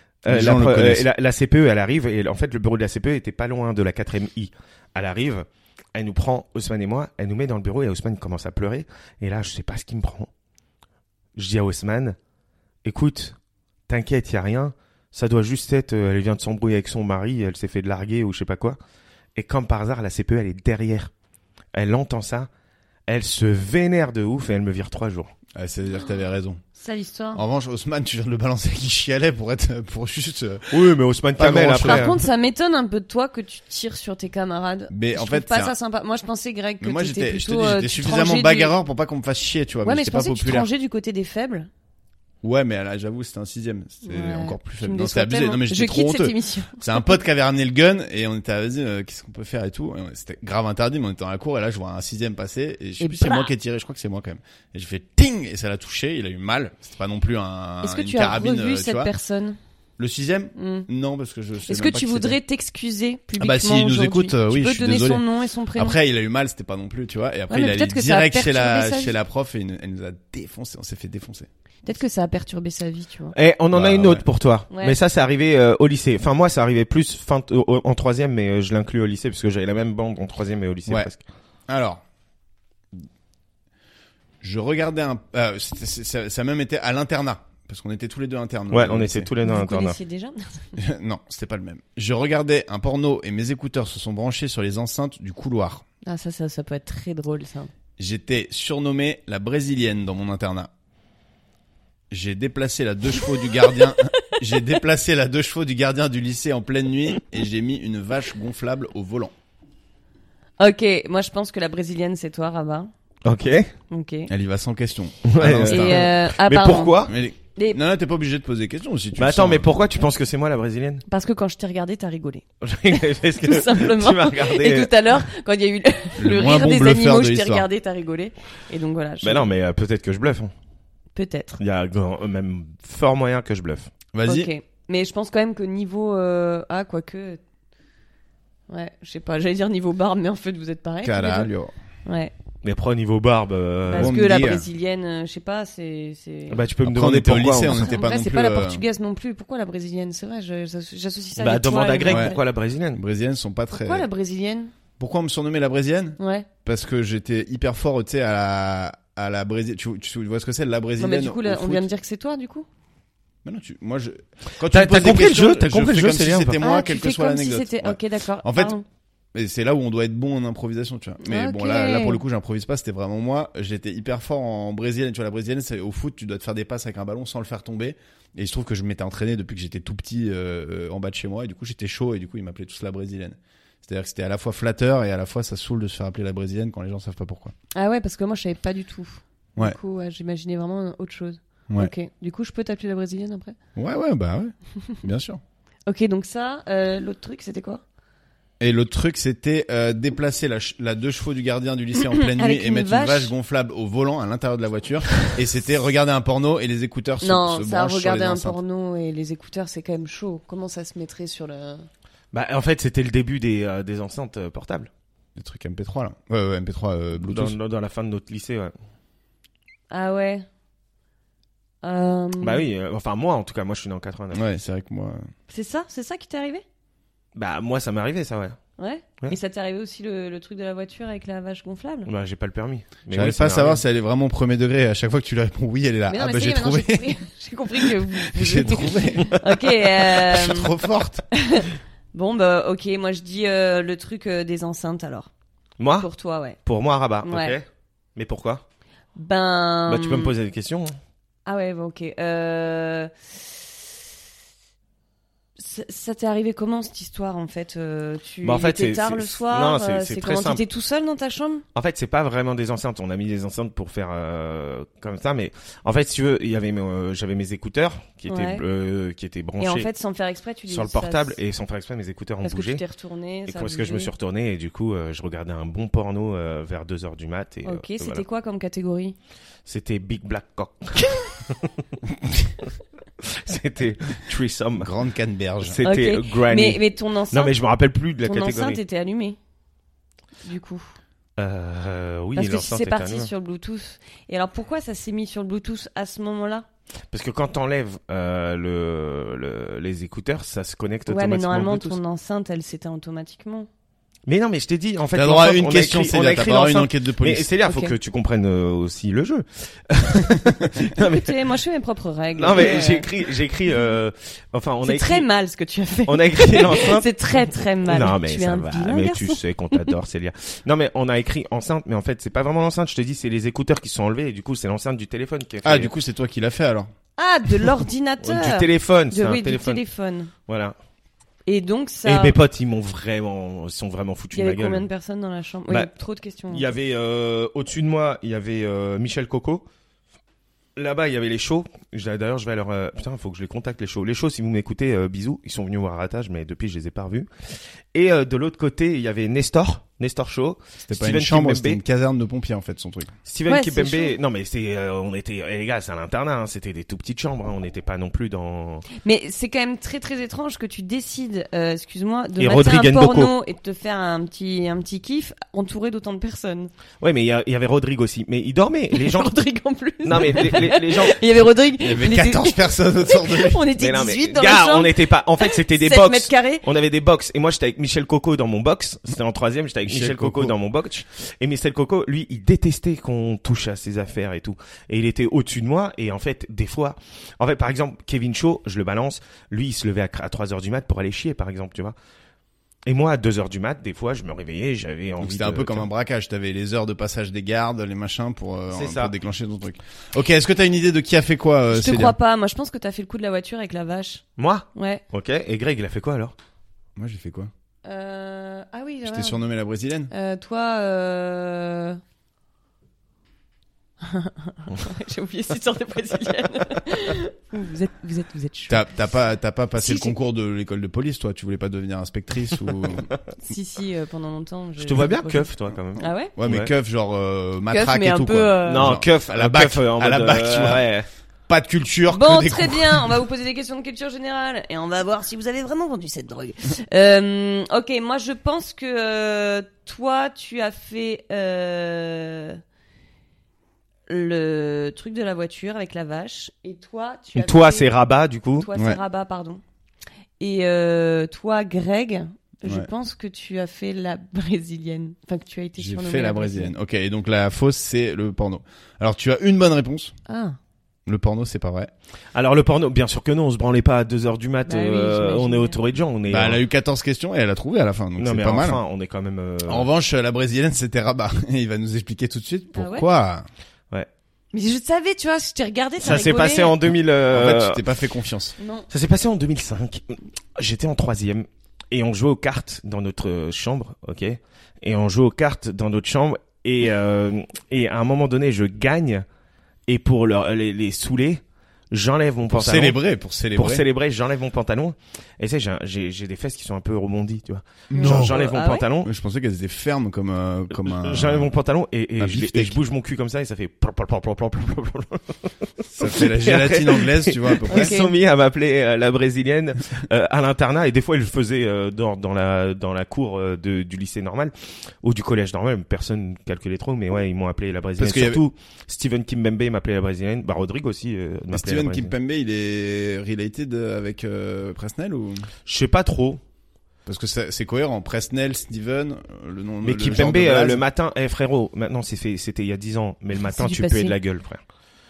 La CPE, elle arrive et en fait, le bureau de la CPE était pas loin de la 4ème I. Elle arrive, elle nous prend Haussmann et moi, elle nous met dans le bureau et Haussmann commence à pleurer. Et là, je sais pas ce qui me prend. Je dis à Haussmann, écoute. T'inquiète, y a rien. Ça doit juste être, elle vient de s'embrouiller avec son mari, elle s'est fait larguer ou je sais pas quoi. Et comme par hasard, la CPE, elle est derrière. Elle entend ça, elle se vénère de ouf et elle me vire 3 jours. Ouais, c'est-à-dire que t'avais raison. Ça l'histoire. En revanche, Haussmann, tu viens de le balancer qui chialait pour juste. Oui, mais Haussmann Kamel après. Par contre, ça m'étonne un peu de toi que tu tires sur tes camarades. Mais en fait, pas ça sympa. Moi, je pensais Greg que moi, j'étais j'étais suffisamment bagarreur pour pas qu'on me fasse chier, tu vois. Ouais, mais je pensais que tu te rangeais du côté des faibles. Ouais, mais là, j'avoue, c'était un 6ème. C'était encore plus faible. Non, c'était abusé. Non, mais j'étais trop honteux. C'est un pote qui avait ramené le gun et on était, vas-y, qu'est-ce qu'on peut faire et tout. Et c'était grave interdit, mais on était dans la cour et là, je vois un 6ème passer et je sais plus si c'est moi qui ai tiré. Je crois que c'est moi quand même. Et j'ai fait ting et ça l'a touché. Il a eu mal. C'était pas non plus Est-ce que une tu carabine, as revu cette personne? Le 6ème? Non, parce que je sais. Est-ce que tu voudrais t'excuser publiquement? Ah bah s'il nous écoute, oui, je suis désolé. Tu peux donner son nom et son prénom. Après, il a eu mal, c'était pas non plus, tu vois. Et après, il est allé direct chez la prof et elle nous a défoncé. On s'est fait défoncer. Peut-être que ça a perturbé sa vie, tu vois. Et on en a une autre pour toi. Ouais. Mais ça, c'est arrivé au lycée. Enfin, moi, ça arrivait plus en 3ème, mais je l'inclus au lycée parce que j'avais la même bande en 3ème et au lycée presque. Alors, je regardais ça a même été à l'internat. Parce qu'on était tous les deux internes. Ouais, on était tous les deux internes. Vous connaissiez déjà? Non, c'était pas le même. Je regardais un porno et mes écouteurs se sont branchés sur les enceintes du couloir. Ah, ça peut être très drôle, ça. J'étais surnommée la brésilienne dans mon internat. J'ai déplacé la 2 chevaux du gardien. J'ai déplacé la 2 chevaux du gardien du lycée en pleine nuit et j'ai mis une vache gonflable au volant. Ok, moi je pense que la brésilienne c'est toi, Rabat. Ok. Elle y va sans question. Ouais, mais pourquoi? Non, t'es pas obligé de poser des questions si tu. Mais attends, mais pourquoi tu penses que c'est moi la brésilienne? Parce que quand je t'ai regardé, t'as rigolé. Tout simplement. Tu m'as regardé. Et tout à l'heure, quand il y a eu le rire des animaux, je t'ai regardé, t'as rigolé. Et donc voilà. Mais non, mais peut-être que je bluffe. Hein. Peut-être. Il y a même fort moyen que je bluffe. Vas-y. Ok. Mais je pense quand même que niveau quoique. Ouais, je sais pas. J'allais dire niveau barbe, mais en fait vous êtes pareil. Caralho. Ouais. Mais pro niveau barbe. Parce que la brésilienne, je sais pas, c'est. Bah tu peux Après, me demander pourquoi. On était au lycée, on n'était pas non plus. C'est pas la portugaise non plus. Pourquoi la brésilienne? C'est vrai, j'associe ça. Bah demande à Greg pourquoi la brésilienne. Les brésiliennes sont pas très. Pourquoi la brésilienne? Pourquoi on me surnommait la brésilienne? Ouais. Parce que j'étais hyper fort, tu sais, à la Brésil. Tu vois ce que c'est la brésilienne? Non mais du coup là, on vient de dire que c'est toi du coup. Mais non, quand tu me poses des questions, t'as compris le jeu, c'est c'était moi, quelle que soit l'anecdote. Ok, d'accord. En fait, et c'est là où on doit être bon en improvisation, tu vois. Mais bon, là, pour le coup, j'improvise pas, c'était vraiment moi. J'étais hyper fort en brésilienne. Tu vois, la brésilienne, c'est au foot, tu dois te faire des passes avec un ballon sans le faire tomber. Et il se trouve que je m'étais entraîné depuis que j'étais tout petit, en bas de chez moi. Et du coup, j'étais chaud et du coup, ils m'appelaient tous la brésilienne. C'est-à-dire que c'était à la fois flatteur et à la fois ça saoule de se faire appeler la brésilienne quand les gens savent pas pourquoi. Ah ouais, parce que moi, je savais pas du tout. Ouais. Du coup, j'imaginais vraiment autre chose. Ouais. Ok. Du coup, je peux t'appeler la brésilienne après? Ouais, bien sûr. Ok, donc ça, l'autre truc, c'était quoi? Et l'autre truc, c'était déplacer la 2 chevaux du gardien du lycée en pleine nuit et mettre une vache gonflable au volant à l'intérieur de la voiture. Et c'était regarder un porno et les écouteurs se branchent sur les enceintes. Non, ça, regarder un porno et les écouteurs, c'est quand même chaud. Comment ça se mettrait sur le... Bah en fait, c'était le début des enceintes portables. Des trucs MP3 là. Ouais, MP3 Bluetooth. Dans la fin de notre lycée, ouais. Ah ouais. Bah oui, enfin moi en tout cas, moi je suis né en 89. Ouais, c'est vrai que moi... C'est ça qui t'est arrivé? Bah moi ça m'est arrivé ça, ouais. Ouais. Et ça t'est arrivé aussi le truc de la voiture avec la vache gonflable? Bah j'ai pas le permis. Mais j'arrive pas à savoir si elle est vraiment premier degré. À chaque fois que tu lui réponds oui, elle est là. Non, ah bah j'ai trouvé. J'ai compris que vous j'ai trouvé. Ok. Je suis trop forte. Bon bah ok, moi je dis le truc des enceintes alors. Moi? Pour toi, ouais. Pour moi, Rabat. Ouais. Ok. Mais pourquoi? Bah tu peux me poser des questions. Ah ouais, bah, ok. Ça t'est arrivé comment cette histoire en fait Tu en fait, étais tard le soir. Non, c'est comment très simple. t'étais tout seul dans ta chambre? En fait, c'est pas vraiment des enceintes. On a mis des enceintes pour faire comme ça, mais en fait, si tu veux, il y avait j'avais mes écouteurs qui étaient branchés. Et en fait, sans faire exprès, tu sur le portable et sans faire exprès, mes écouteurs ont bougé. Parce que tu t'es retourné. Parce que je me suis retourné et du coup, je regardais un bon porno vers 2h du mat. Et, ok, c'était voilà. quoi comme catégorie? C'était Big Black Cock. C'était threesome. Grande canneberge. C'était Granny. Mais ton enceinte. Non, mais je me rappelle plus de la catégorie. Ton enceinte était allumée. Du coup. Oui, parce que si c'est parti allumée. sur le Bluetooth. Et alors pourquoi ça s'est mis sur le Bluetooth à ce moment-là? Parce que quand t'enlèves les écouteurs, ça se connecte ouais, automatiquement. Ouais, mais normalement au Bluetooth. ton enceinte, elle s'éteint automatiquement. Mais non, mais je t'ai dit, en fait, t'as droit à une question, c'est là, t'as pas une enquête de police. Mais c'est là, faut que tu comprennes aussi le jeu. Non, mais... Écoutez, moi je fais mes propres règles. Non, mais j'ai écrit, enfin, on a écrit. C'est très mal ce que tu as fait. On a écrit l'enceinte. C'est très très mal. Non, mais tu ça va. Mais garçon. tu sais qu'on t'adore, Célia. Non, mais on a écrit enceinte, mais en fait, c'est pas vraiment l'enceinte. Je te dis, c'est les écouteurs qui sont enlevés et du coup, c'est l'enceinte du téléphone qui est fait. Ah, du coup, c'est toi qui l'as fait alors. Ah, de l'ordinateur. Du téléphone, c'est un du téléphone. téléphone. Voilà. Et donc ça. Et mes potes, ils sont vraiment foutus de ma gueule. Il y avait combien de personnes dans la chambre? Oui, trop de questions. Il y avait au-dessus de moi, il y avait Michel Coco. Là-bas, il y avait les shows. D'ailleurs, je vais leur putain, faut que je les contacte les shows. Les shows, si vous m'écoutez, bisous. Ils sont venus voir Ratage, mais depuis, je les ai pas revus. Et de l'autre côté, il y avait Nestor Show. C'était pas une chambre, c'était une caserne de pompiers en fait, son truc. Steven Kipembe. Non, mais on était, les gars, c'est à l'internat, hein, c'était des tout petites chambres, hein, on n'était pas non plus dans. Mais c'est quand même très très étrange que tu décides, excuse-moi, de mater un porno et de te faire un petit kiff entouré d'autant de personnes. Ouais, mais il y avait Rodrigue aussi, mais il dormait. Les gens. Rodrigue en plus. Non, mais les gens. Il y avait Rodrigue. Il y avait 14 personnes autour de lui. On était 18 dans gars, la chambre. on n'était pas. En fait, c'était des 7 box. mètres carrés. On avait des box et moi j'étais avec Michel Coco dans mon box. C'était en 3e, j'étais avec Michel Coco dans mon box. Et Michel Coco, lui, il détestait qu'on touche à ses affaires et tout. Et il était au-dessus de moi. Et en fait, des fois, par exemple, Kevin Shaw, je le balance. Lui, il se levait à 3h du mat pour aller chier, par exemple, tu vois. Et moi, à 2h du mat, des fois, je me réveillais, j'avais envie. Donc c'était un peu comme un braquage. T'avais les heures de passage des gardes, les machins pour déclencher ton truc. Ok, est-ce que t'as une idée de qui a fait quoi? Je te crois pas. Moi, je pense que t'as fait le coup de la voiture avec la vache. Moi? Ouais. Ok. Et Greg, il a fait quoi alors? Moi, j'ai fait quoi? Ah oui. Je t'ai surnommé la brésilienne. Toi. J'ai oublié cette sorte de brésilienne. vous êtes chaud. T'as pas passé le concours de l'école de police, toi? Tu voulais pas devenir inspectrice ou? Si, pendant longtemps. Je te vois bien keuf, toi, quand même. Ah ouais? Ouais, mais keuf, genre, matraque mais et tout, peu, quoi. Non, keuf, à la bac, à la bac, tu vois. Ouais. Pas de culture. Bon, que des très coups. bien. On va vous poser des questions de culture générale et on va voir si vous avez vraiment vendu cette drogue. Ok, moi je pense que toi tu as fait le truc de la voiture avec la vache et toi tu as. Toi c'est Rabat du coup. Toi c'est Rabat, pardon. Et toi Greg. Je pense que tu as fait la brésilienne. Enfin, que tu as été surnommé. J'ai fait la brésilienne. Ok, et donc la fausse, c'est le porno. Alors, tu as une bonne réponse. Ah. Le porno, c'est pas vrai. Alors, le porno, bien sûr que non, on se branlait pas à 2h du mat, Bah oui, on est autour de gens, elle a eu 14 questions et elle a trouvé à la fin, donc non, c'est mais pas mal. Enfin, on est quand même, En revanche, la brésilienne, c'était Rabat. Et il va nous expliquer tout de suite pourquoi. Ouais. Mais je savais, tu vois, je t'ai regardé, ça s'est passé en 2000, En fait, tu t'es pas fait confiance. Non. Ça s'est passé en 2005. J'étais en 3e. Et on jouait aux cartes dans notre chambre, ok. Et on jouait aux cartes dans notre chambre et à un moment donné, je gagne et pour les saouler, j'enlève mon pantalon. Pour célébrer, j'enlève mon pantalon. Et tu sais, j'ai des fesses qui sont un peu rebondies, tu vois. Non. J'enlève mon pantalon. Je pensais qu'elles étaient fermes comme un. J'enlève mon pantalon et je bouge mon cul comme ça et ça fait. Ça fait la gélatine anglaise, tu vois, à peu près. Ils sont mis à m'appeler la brésilienne à l'internat et des fois ils le faisaient dans la cour du lycée normal ou du collège normal. Personne calculait trop, mais ouais, ils m'ont appelé la brésilienne. Parce que surtout Steven Kimpembe m'appelait la brésilienne. Bah Rodrigue aussi m'appelait. Steven Kimpembe, il est related avec Presnel ou? Je sais pas trop. Parce que c'est cohérent. Presnel, Steven, le nom. Mais Kimpembe le matin, frérot, maintenant c'était il y a 10 ans, mais le matin tu puais de la gueule, frère.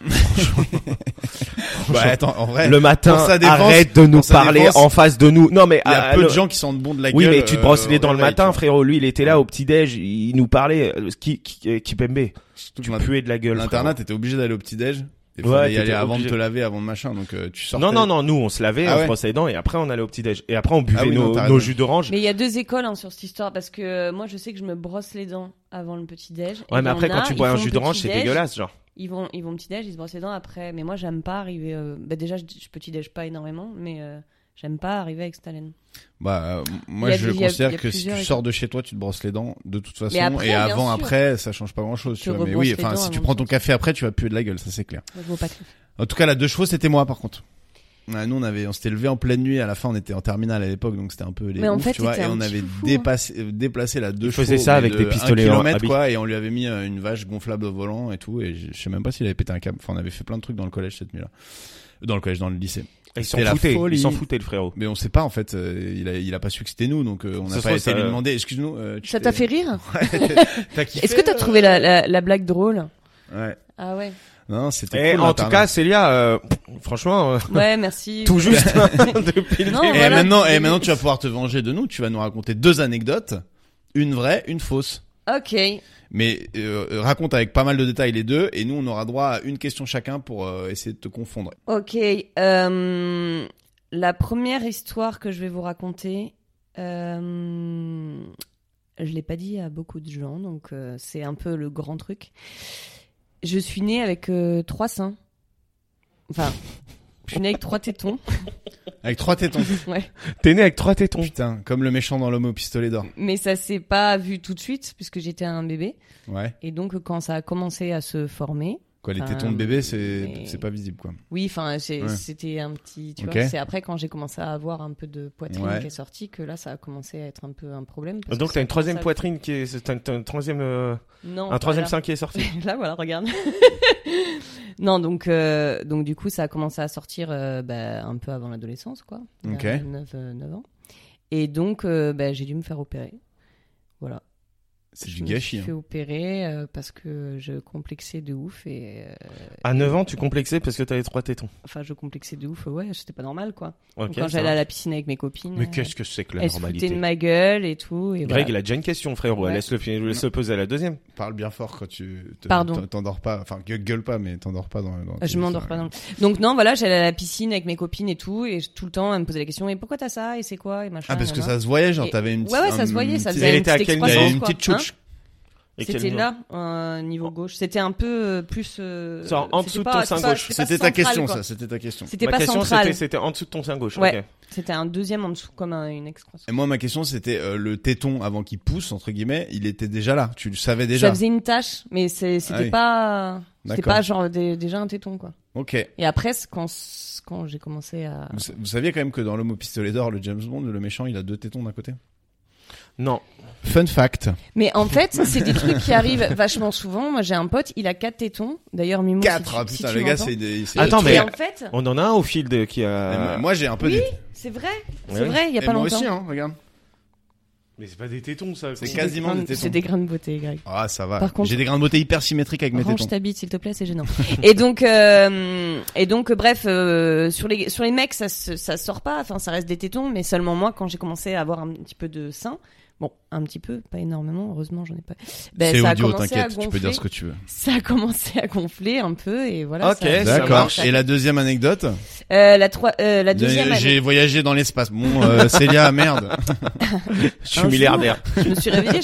Bah attends, en vrai. Le matin, arrête de nous parler en face de nous. Non mais il y a peu de gens qui sont bons de la gueule. Oui, mais tu te brosses les dents le matin, frérot. Lui, il était là au petit déj, il nous parlait. Kimpembe, tu puais de la gueule. L'internat, t'étais obligé d'aller au petit déj. Il fallait y aller avant de te laver, avant de machin, donc tu sortais. Non, nous on se lavait, on se brossait les dents et après on allait au petit-déj. Et après on buvait nos jus d'orange. Mais il y a 2 écoles sur cette histoire parce que moi je sais que je me brosse les dents avant le petit-déj. Ouais, mais après quand tu bois un jus d'orange, c'est dégueulasse, genre. Ils vont petit-déj, ils se brossent les dents après. Mais moi j'aime pas arriver. Déjà je petit-déj pas énormément, mais j'aime pas arriver avec cette haleine. Moi je considère que si tu sors de chez toi, tu te brosses les dents de toute façon. Après, et avant, après, ça change pas grand-chose. Tu vois. Mais oui, enfin, si tu prends ton café après, tu vas puer de la gueule, ça c'est clair. Moi, je vois pas de... En tout cas, la 2 chevaux, c'était moi par contre. Nous on s'était levé en pleine nuit, à la fin on était en terminale à l'époque, donc c'était un peu les ouf, tu vois, et on avait déplacé la 2 chevaux. Il faisait ça avec des pistolets 1 kilomètre, quoi, et on lui avait mis une vache gonflable au volant et tout, et je sais même pas s'il avait pété un câble. Enfin, on avait fait plein de trucs dans le collège cette nuit-là. Dans le lycée. Ils s'en foutaient le frérot. Mais on sait pas en fait, il a pas su que c'était nous, donc on n'a pas été lui demander. Excuse-nous. Ça t'a fait rire? T'as kiffé, Est-ce que t'as trouvé la blague drôle? Ouais. Ah ouais. Non, c'était cool. En tout cas, Célia, franchement. Ouais, merci. Tout juste. Depuis le début. Et maintenant, tu vas pouvoir te venger de nous. Tu vas nous raconter 2 anecdotes, une vraie, une fausse. Ok. Mais raconte avec pas mal de détails les 2, et nous on aura droit à une question chacun pour essayer de te confondre. Ok. La première histoire que je vais vous raconter, je l'ai pas dit à beaucoup de gens, donc c'est un peu le grand truc. Je suis née avec 3 seins. Enfin, je suis née avec 3 tétons. Avec 3 tétons. Ouais. T'es née avec 3 tétons. Putain, comme le méchant dans L'homme au pistolet d'or. Mais ça s'est pas vu tout de suite puisque j'étais un bébé. Ouais. Et donc quand ça a commencé à se former. Quoi, les tétons de bébé, c'est pas visible, quoi. Oui, enfin, c'était un petit, tu vois. C'est après quand j'ai commencé à avoir un peu de poitrine qui est sortie que là, ça a commencé à être un peu un problème. Donc t'as une 3e poitrine qui est, t'as une 3e, non, un 3e sein qui est sorti. Là, voilà, regarde. Non, donc du coup, ça a commencé à sortir un peu avant l'adolescence, quoi. Ok. 9 ans. Et donc, j'ai dû me faire opérer. Voilà. C'est du gâchis. Je me suis fait opérer parce que je complexais de ouf à 9 ans, tu complexais parce que t'avais 3 tétons. Enfin, je complexais de ouf, ouais, c'était pas normal, quoi. Okay, quand j'allais à la piscine avec mes copines. Mais qu'est-ce que c'est que la normalité? Elle se foutait de ma gueule et tout. Et Greg, il a déjà une question, frérot. Ouais. Laisse-le poser à la 2e. Parle bien fort quand tu t'endors pas. Enfin, gueule pas, mais t'endors pas dans je m'endors pas dans. Donc non, voilà, j'allais à la piscine avec mes copines et tout, et tout le temps, elle me posait la question, et pourquoi t'as ça, et c'est quoi, et machin. Ah, parce que ça se voyait, genre, t'avais une. Ouais, ça se voyait, ça faisait une petite excroissance, une petite chouche. C'était là, niveau gauche. C'était un peu plus. En dessous de ton sein gauche. C'était ta question, ça. C'était ta question. C'était pas central. C'était en dessous de ton sein gauche. Ouais. Okay. C'était un 2e en dessous, comme une excroissance. Et moi, ma question, c'était le téton avant qu'il pousse, entre guillemets, il était déjà là. Tu le savais déjà. Ça faisait une tache, mais c'était pas. C'était pas genre déjà un téton, quoi. Ok. Et après, quand j'ai commencé à. Vous saviez quand même que dans L'homme au pistolet d'or, le James Bond, le méchant, il a 2 tétons d'un côté? Non. Fun fact. Mais en fait, c'est des trucs qui arrivent vachement souvent. Moi, j'ai un pote, il a 4 tétons. D'ailleurs, Mimo, 4, putain, les gars, c'est Attends, mais en fait, on en a un au fil qui a. Moi, j'ai un peu oui, c'est vrai. C'est vrai, il y a pas longtemps. Moi aussi, hein, regarde. Mais c'est pas des tétons, ça. C'est quasiment des tétons. C'est des grains de beauté, Greg. Ah, ça va. Par contre, j'ai des grains de beauté hyper symétriques avec mes tétons. Range ta bite, s'il te plaît, c'est gênant. et donc, bref, sur les mecs, ça sort pas. Enfin, ça reste des tétons, mais seulement moi, quand j'ai commencé à avoir un petit peu de sein. Bon, un petit peu, pas énormément, heureusement, j'en ai pas. C'est audio, t'inquiète, tu peux dire ce que tu veux. Ça a commencé à gonfler un peu, et voilà. Ok, d'accord. Et la 2e anecdote? La 2e J'ai voyagé dans l'espace. Bon, Célia, merde. Je suis milliardaire. Je me suis réveillée,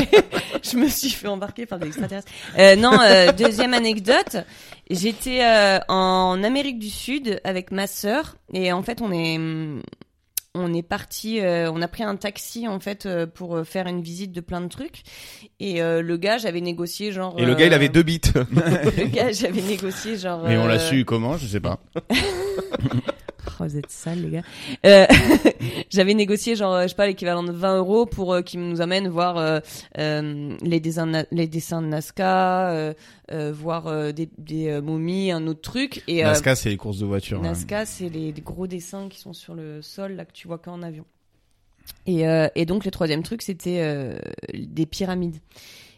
je me suis fait embarquer par des extraterrestres. Non, 2e anecdote. J'étais en Amérique du Sud avec ma sœur, et en fait, on est parti, on a pris un taxi en fait pour faire une visite de plein de trucs, et le gars, j'avais négocié genre. Et le gars, il avait 2 bites. Le gars, j'avais négocié genre. Mais on l'a su comment, je sais pas. Oh, vous êtes sales, les gars. J'avais négocié genre, je sais pas, l'équivalent de 20 € pour qu'il nous amène voir les dessins de Nazca, voir des momies, un autre truc. Et Nazca, c'est les courses de voiture. Nazca, c'est les gros dessins qui sont sur le sol là que tu vois qu'en avion. Et donc le 3e truc, c'était des pyramides.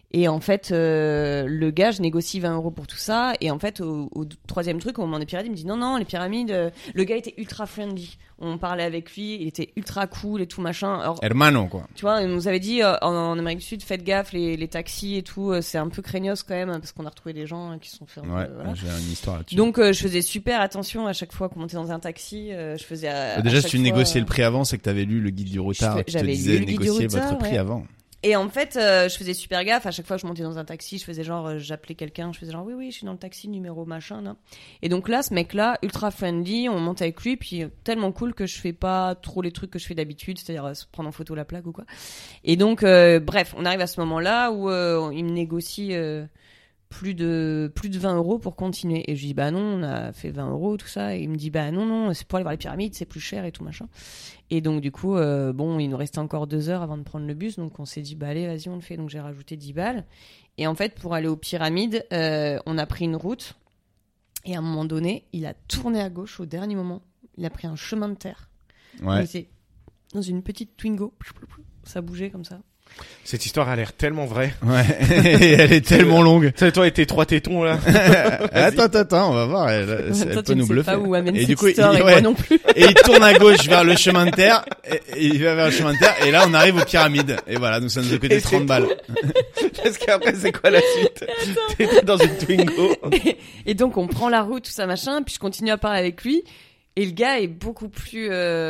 Et en fait, le gars, je négocie 20 € pour tout ça. Et en fait, au troisième truc, au moment des pyramides, il me dit non, les pyramides. Le gars était ultra friendly. On parlait avec lui, il était ultra cool et tout machin. Alors, hermano, quoi. Tu vois, il nous avait dit en Amérique du Sud, faites gaffe, les taxis et tout, c'est un peu craignos quand même, parce qu'on a retrouvé des gens qui sont faits. Ouais, voilà. J'ai une histoire là-dessus. Donc, je faisais super attention à chaque fois qu'on montait dans un taxi. Je faisais. Déjà, si tu négociais le prix avant, c'est que t'avais lu le guide du retard. Tu te disais négocier votre prix avant. Et en fait, je faisais super gaffe. À chaque fois que je montais dans un taxi, je faisais genre, j'appelais quelqu'un, je faisais genre, oui, je suis dans le taxi numéro machin, là. Et donc là, ce mec-là, ultra friendly, on monte avec lui, puis tellement cool que je fais pas trop les trucs que je fais d'habitude, c'est-à-dire se prendre en photo la plaque ou quoi. Et donc, bref, on arrive à ce moment-là où il me négocie plus de 20 € pour continuer. Et je dis, bah non, on a fait 20 €, tout ça. Et il me dit, bah non, c'est pour aller voir les pyramides, c'est plus cher et tout machin. Et donc, du coup, il nous restait encore 2 heures avant de prendre le bus. Donc, on s'est dit, bah allez, vas-y, on le fait. Donc, j'ai rajouté 10 balles. Et en fait, pour aller aux pyramides, on a pris une route. Et à un moment donné, il a tourné à gauche au dernier moment. Il a pris un chemin de terre. Ouais. Il était dans une petite Twingo. Ça bougeait comme ça. Cette histoire a l'air tellement vraie. Ouais. Et elle est tellement longue. Tu sais, toi et tes 3 tétons, là. Attends, on va voir. Elle peut nous bluffer. Pas où amène et cette du coup, histoire, et moi non plus. Et il tourne à gauche vers le chemin de terre. Et il va vers le chemin de terre. Et là, on arrive aux pyramides. Et voilà, nous, ça nous a coûté 30 balles. Parce qu'après, c'est quoi la suite? T'étais dans une Twingo. Et donc, on prend la route, tout ça, machin. Puis je continue à parler avec lui. Et le gars est beaucoup plus,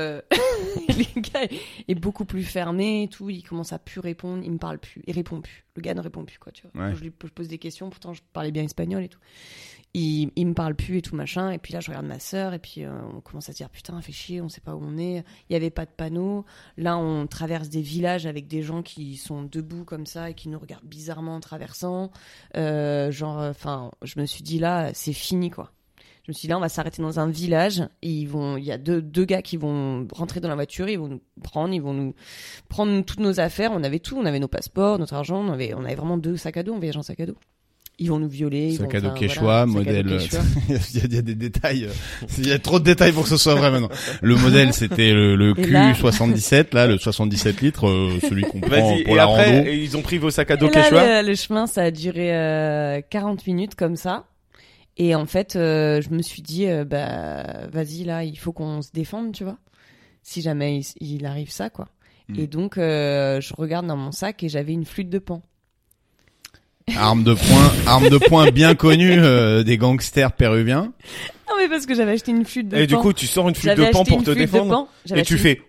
fermé et tout. Il commence à plus répondre. Il me parle plus. Il répond plus. Le gars ne répond plus, quoi, tu vois. Ouais. Je pose des questions. Pourtant, je parlais bien espagnol et tout. Il me parle plus et tout machin. Et puis là, je regarde ma sœur. Et puis, on commence à se dire, putain, fait chier. On sait pas où on est. Il y avait pas de panneau. Là, on traverse des villages avec des gens qui sont debout comme ça et qui nous regardent bizarrement en traversant. Je me suis dit, là, c'est fini, quoi. Je me suis dit, là, on va s'arrêter dans un village et il y a deux gars qui vont rentrer dans la voiture, ils vont nous prendre toutes nos affaires. On avait tout, on avait nos passeports, notre argent, on avait vraiment 2 sacs à dos, on voyageait en sac à dos. Ils vont nous violer. Sac à dos Quechua, modèle. Il y a des détails. Il y a trop de détails pour que ce soit vrai maintenant. Le modèle, c'était le Q77, là, le 77 litres, celui qu'on prend pour la rando. Et ils ont pris vos sacs à dos et Quechua. Là, le chemin, ça a duré 40 minutes comme ça. Et en fait, je me suis dit, vas-y, là, il faut qu'on se défende, tu vois. Si jamais il arrive ça, quoi. Et donc, je regarde dans mon sac et j'avais une flûte de Pan. Arme de poing bien connue des gangsters péruviens. Non, mais parce que j'avais acheté une flûte de Pan. Et du coup, tu sors une flûte de Pan pour te défendre. Et tu fais...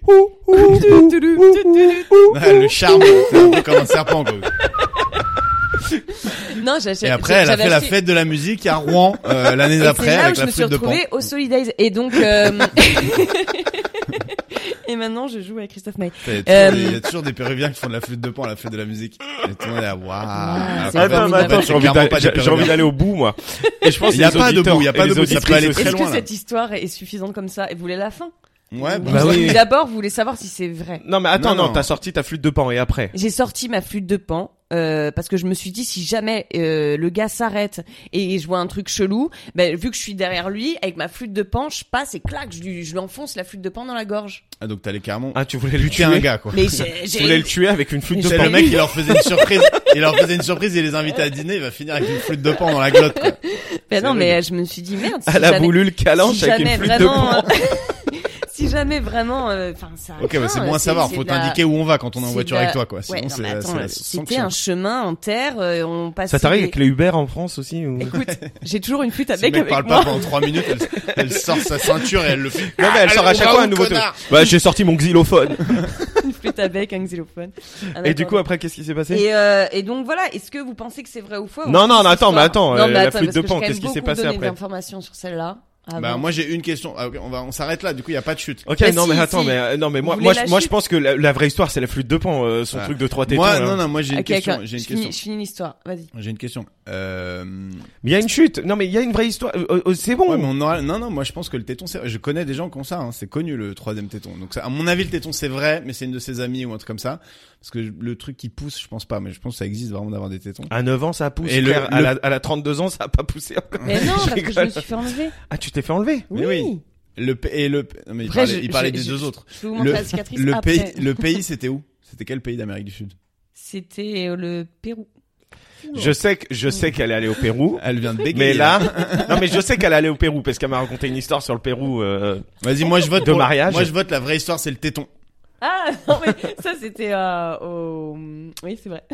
Le charme, c'est un peu comme un serpent, quoi. Non, et après, elle a fait la fête de la musique à Rouen l'année d'après avec la flûte de Pan. Je me suis retrouvée au Solidays et donc et maintenant je joue avec Christophe Maé. Il y a toujours des Péruviens qui font de la flûte de Pan à la fête de la musique. Et tout le monde est là, waouh. Attends, j'ai envie d'aller au bout, moi. Et je pense il y a pas de bout, ça peut aller très loin. Est-ce que cette histoire est suffisante comme ça et vous voulez la fin? Ouais, oui. D'abord, vous voulez savoir si c'est vrai. Non, mais attends, non, t'as sorti ta flûte de Pan et après? J'ai sorti ma flûte de Pan. Parce que je me suis dit si jamais le gars s'arrête et je vois un truc chelou, vu que je suis derrière lui avec ma flûte de Pan, je passe et clac, je lui enfonce la flûte de Pan dans la gorge. Ah donc t'allais carrément. Ah tu voulais lui tuer un gars quoi. Mais tu voulais le tuer avec une flûte de Pan. Le mec il leur faisait une surprise, il les invitait à dîner, il va finir avec une flûte de Pan dans la glotte quoi. Mais je me suis dit merde. Elle a voulu le calanche avec une flûte de Pan. Si jamais vraiment, ça. Ok, mais c'est bon à savoir. Faut t'indiquer où on va quand on est en voiture avec toi, quoi. Sinon, c'était un chemin en terre. On passait. Ça t'arrive avec les Uber en France aussi ou... Écoute, j'ai toujours une flûte avec moi. Si le mec parle pas pendant 3 minutes, elle sort sa ceinture et elle le fait. Non mais elle sort à chaque fois un nouveau truc. Bah j'ai sorti mon xylophone. Une flûte avec un xylophone. Et du coup après qu'est-ce qui s'est passé? Et donc voilà. Est-ce que vous pensez que c'est vrai ou faux? Non, attends, la flûte de Pan, qu'est-ce qui s'est passé après? Des informations sur celle-là. Moi j'ai une question. On s'arrête là. Du coup il y a pas de chute. Ok, mais moi je pense que la vraie histoire c'est la flûte de Pan, son truc de 3 tétons. Moi j'ai une question. Je finis l'histoire. Vas-y. J'ai une question. Mais il y a une chute. Non mais il y a une vraie histoire. C'est bon. Ouais, mais non, moi je pense que le téton je connais des gens qui ont ça. C'est connu le 3e téton. Donc à mon avis le téton c'est vrai, mais c'est une de ses amies ou un truc comme ça. Parce que le truc qui pousse, je pense pas, mais je pense que ça existe vraiment d'avoir des tétons. À 9 ans, ça pousse. Et à la 32 ans, ça a pas poussé encore. Mais non, parce que je me suis fait enlever. Ah, tu t'es fait enlever? Oui. Non, mais il parlait des deux autres. Je vais vous montrer la cicatrice après. Le pays, c'était où? C'était quel pays d'Amérique du Sud? C'était le Pérou. Je sais qu'elle est allée au Pérou. Elle vient de bégayer. Mais là, non, mais je sais qu'elle est allée au Pérou parce qu'elle m'a raconté une histoire sur le Pérou. Vas-y, moi je vote de mariage. Moi je vote la vraie histoire, c'est le téton. Ah non mais ça c'était oui c'est vrai.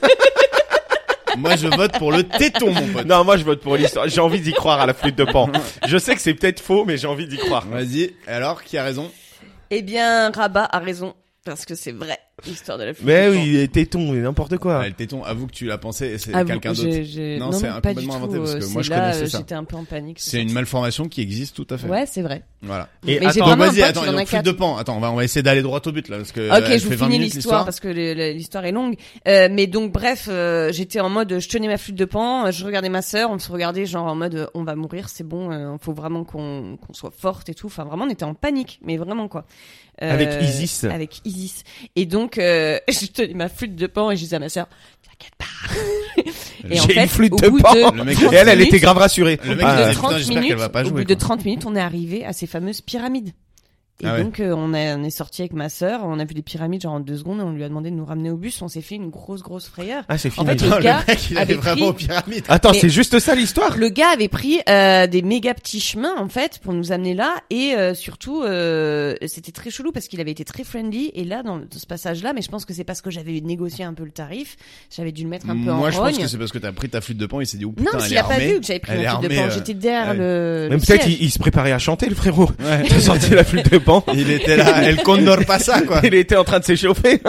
Moi je vote pour le téton mon pote. Non, moi je vote pour l'histoire. J'ai envie d'y croire à la flûte de Pan. Je sais que c'est peut-être faux, mais j'ai envie d'y croire. Vas-y. Alors qui a raison? Eh bien Rabat a raison parce que c'est vrai. L'histoire de la flûte. Mais oui, les tétons, n'importe quoi. Le téton, avoue que tu l'as pensé, c'est avoue, quelqu'un d'autre. Non, c'est pas complètement du inventé tout, parce que moi je là, connaissais ça. J'étais un peu en panique. C'est une malformation qui existe tout à fait. Ouais, c'est vrai. Voilà. Et mais j'ai attends, vraiment vas-y, un pote attends, qui en a flûte de Pan. Attends, on va essayer d'aller droit au but là parce que OK, je vous finis l'histoire parce que l'histoire est longue. Mais donc bref, j'étais en mode je tenais ma flûte de Pan, je regardais ma sœur, on se regardait genre en mode on va mourir, c'est bon, faut vraiment qu'on soit forte et tout. Enfin vraiment on était en panique, mais vraiment quoi. Avec Isis. Avec Isis. Et donc je tenais ma flûte de Pan et je disais à ma sœur t'inquiète pas. Et en J'ai fait, une flûte au de bout Pan. de Et elle était grave rassurée. Le mec de disait, 30 j'espère qu'elle va pas jouer. Au bout de 30 minutes, on est arrivé à ces fameuses pyramides. Et donc on est sorti avec ma sœur, on a vu les pyramides genre en 2 secondes et on lui a demandé de nous ramener au bus, on s'est fait une grosse frayeur. Ah, c'est fini. En fait, le gars mec, il avait vraiment aux pyramides. Attends, Mais- c'est juste ça l'histoire? Le gars avait pris des méga petits chemins en fait pour nous amener là et surtout c'était très chelou parce qu'il avait été très friendly et là dans ce passage-là, mais je pense que c'est parce que j'avais négocié un peu le tarif, j'avais dû le mettre un peu en Moi je pense rogne. que c'est parce que t'as pris ta flûte de Pan, il s'est dit oh putain, Non, elle il est a pas armée. vu que j'avais pris Elle est ma flûte de armée, Pan, j'étais derrière ouais. le Même peut-être siège. il se préparait à chanter, le frérot. Ouais. Il a sorti la flûte de Pan. Il était là, El Condor pasa quoi. Il était en train de s'échauffer.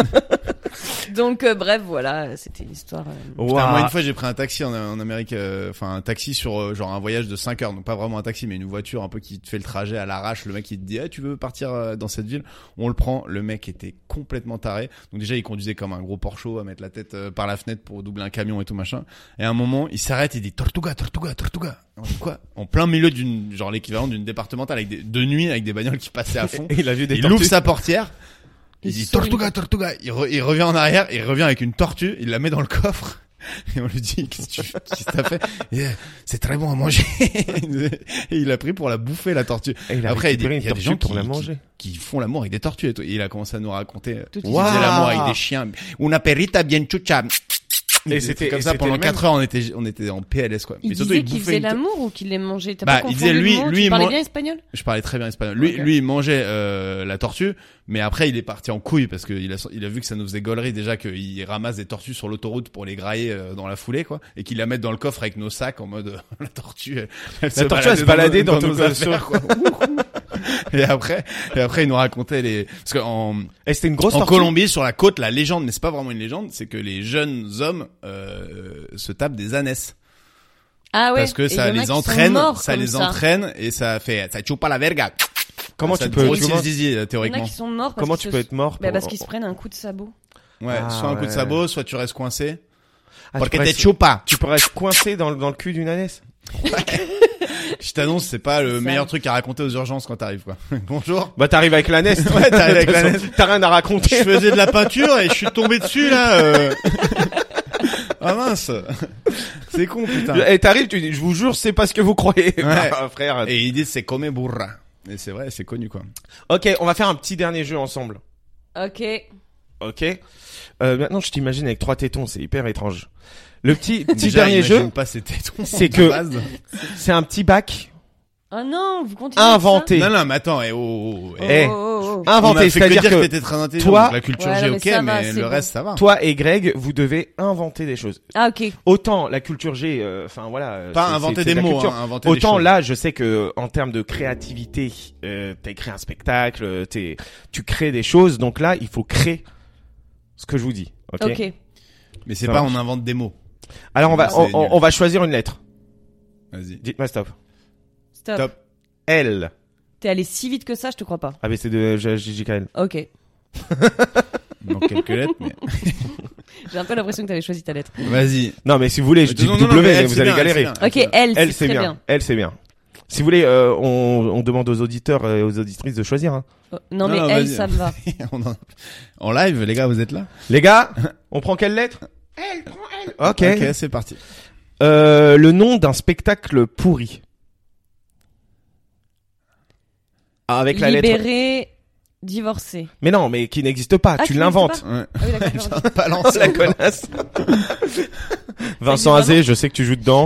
Donc bref, voilà, c'était l'histoire. Putain, moi une fois j'ai pris un taxi en Amérique, enfin un taxi sur genre un voyage de 5 heures, donc pas vraiment un taxi mais une voiture un peu qui te fait le trajet à l'arrache. Le mec il te dit tu veux partir dans cette ville, on le prend. Le mec était complètement taré, donc déjà il conduisait comme un gros Porsche à mettre la tête par la fenêtre pour doubler un camion et tout machin. Et à un moment il s'arrête, il dit Tortuga. On dit quoi? En plein milieu d'une genre l'équivalent d'une départementale avec de nuit avec des bagnoles qui passaient à fond. Et il a vu des Il tortues. ouvre sa portière. Il dit sourit. Tortuga. Il revient en arrière, il revient avec une tortue, il la met dans le coffre. Et on lui dit, qu'est-ce que t'as fait? C'est très bon à manger. Et il a pris pour la bouffer, la tortue. Et il a Après, il dit, récupéré il y a une des gens tortue pour la manger. qui font l'amour avec des tortues et tout. Et il a commencé à nous raconter, Tout il Wow. faisait l'amour avec des chiens. Una perrita bien chucha. Et c'était comme et ça c'était pendant le même. 4 heures, on était en PLS, quoi. Il Mais surtout, disait il qu'il bouffait faisait une l'amour ou qu'il les mangeait. T'as Bah, pas il confondu disait, lui- le mot lui, tu parlais moi- bien espagnol? Je parlais très bien espagnol. Lui, Ok. lui, il mangeait la tortue, mais après il est parti en couille parce que il a vu que ça nous faisait gaulerie déjà qu'il ramasse des tortues sur l'autoroute pour les grailler dans la foulée, quoi, et qu'il la mette dans le coffre avec nos sacs en mode la tortue. Elle La tortue, elle se baladait dans nos affaires, quoi. Et après, il nous racontait parce qu'en Et c'était une grosse tortue. Colombie, sur la côte, la légende, mais c'est pas vraiment une légende, c'est que les jeunes hommes se tapent des ânesses. Ah ouais. Parce que Et ça il y en a les qui sont entraîne, morts ça comme les ça. entraîne et ça chupa la verga. Comment Ça tu peux, grossit tu le vois, zizi, Il y en a théoriquement. qui sont morts parce comment qu'ils tu se- peux être mort Bah, pour- parce qu'ils se prennent un coup de sabot. Ouais, Ah, soit un coup de ouais. sabot, soit tu restes coincé. Ah, Porque tu pourrais- te chupa. Tu pourrais être coincé dans le cul d'une ânesse. Je t'annonce, c'est pas le ça. meilleur truc à raconter aux urgences quand t'arrives, quoi. Bonjour. Bah, t'arrives avec l'ânesse. Ouais, t'arrives avec l'ânesse. T'as rien à Je raconter. faisais de la peinture et je suis tombé dessus, là, Ah mince. C'est con, putain. Et t'arrives, tu dis, je vous jure, c'est pas ce que vous croyez. Ouais. Ah, frère. Et ils disent c'est come burra. Et c'est vrai, c'est connu, quoi. Ok, on va faire un petit dernier jeu ensemble. Ok. Ok. Maintenant, je t'imagine avec 3 tétons, c'est hyper étrange. Le petit Déjà, dernier imagine jeu, pas ces tétons c'est de que- base. c'est un petit bac Oh non, vous continuez. inventé. Non, non, mais attends, oh. Ça Eh. oh. On a Inventé, fait que c'est-à-dire dire que que t'étais très intelligent. toi- donc la culture Ouais, G, non, mais ok, ça va, mais c'est le bon. reste, ça va. toi et Greg, vous devez inventer des choses. Ah ok. Autant la culture G, enfin voilà. Pas c'est- inventer c'est des de la mots, culture. hein, inventer des Autant choses. là, je sais que en termes de créativité, t'as écrit un spectacle, tu crées des choses. Donc là, il faut créer ce que je vous dis. Ok. Ok. Mais c'est Ça pas marche. on invente des mots. Alors C'est nul. on va choisir une lettre. Vas-y. Dites-moi stop. Stop. Top. L. T'es allé si vite que ça, je te crois pas. ABC de JJKL. Ok. Il manque quelques lettres, mais. J'ai un peu l'impression que t'avais choisi ta lettre. Vas-y. Non, mais si vous voulez, je dis Non, W, non, non, mais mais elle, vous c'est allez bien, galérer. elle, c'est Ok, bien. elle, Elle, c'est c'est très bien. bien. Elle, c'est bien. Si vous voulez, on demande aux auditeurs et aux auditrices de choisir. Hein. Oh, non mais Non, elle, vas-y. ça me va. En live, les gars, vous êtes là? Les gars, on prend quelle lettre? Elle, prends elle. Ok. Ok, c'est parti. Le nom d'un spectacle pourri. Ah, avec la lettre. Libéré, divorcé. Mais non, mais qui n'existe pas. Ah, tu qui l'inventes. Ouais. Ah oui, d'accord. pardon. Balance La connasse. Vincent Azé, je sais que tu joues dedans.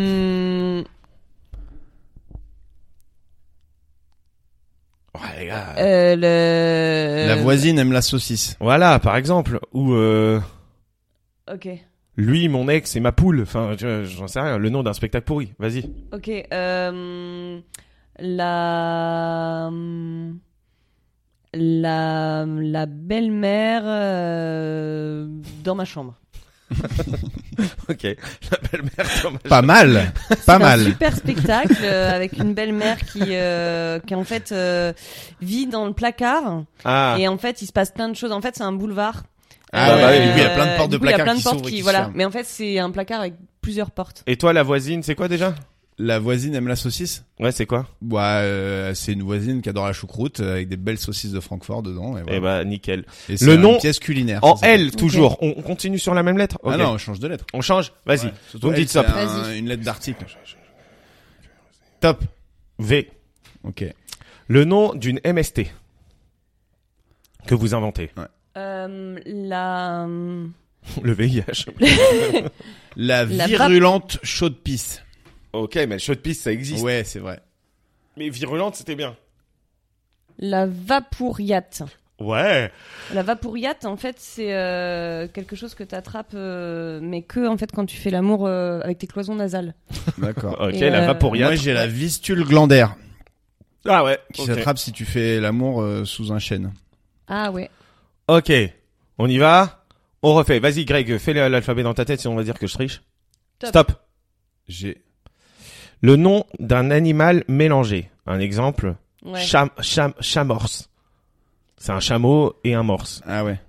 Ouais, les gars. La voisine aime la saucisse. Voilà, par exemple. Ou Ok. Lui, mon ex, c'est ma poule. Enfin, j'en sais rien. Le nom d'un spectacle pourri. Vas-y. Ok. La belle-mère dans ma chambre. Ok. La belle-mère dans ma chambre. Pas mal. Pas mal. C'est un super spectacle avec une belle-mère qui en fait vit dans le placard. Ah. Et en fait, il se passe plein de choses. En fait, c'est un boulevard. Ah bah oui, du coup, il y a plein de portes de placard qui s'ouvrent et qui se voilà. ferment. Mais en fait, c'est un placard avec plusieurs portes. Et toi, la voisine, c'est quoi déjà? La voisine aime la saucisse. Ouais, c'est quoi? Ouais, c'est une voisine qui adore la choucroute avec des belles saucisses de Francfort dedans. Et voilà. Eh bah, nickel. Et c'est le nom une pièce culinaire. en ça. L, toujours. On continue sur la même lettre? Ah Ok. non, on change de lettre. On change? Vas-y. Ouais. Vous me dites stop. Vas-y. Une lettre d'article. Top. V. Ok. Le nom d'une MST que vous inventez. Ouais. Le VIH. La virulente chaude pisse. Ok, mais chaude pisse, ça existe. Ouais, c'est vrai. Mais virulente, c'était bien. La vapouriate. Ouais. La vapouriate, en fait, c'est quelque chose que t'attrapes, mais que en fait quand tu fais l'amour avec tes cloisons nasales. D'accord. Ok, Et la vapouriate. Moi, j'ai la vistule glandaire Ah ouais. qui Ok. s'attrape si tu fais l'amour sous un chêne. Ah ouais. Ok. On y va. On refait. Vas-y, Greg, fais l'alphabet dans ta tête, sinon on va dire que je triche. Top. Stop. J'ai Le nom d'un animal mélangé. Un exemple. Ouais. Chamorse. C'est un chameau et un morse. Ah ouais.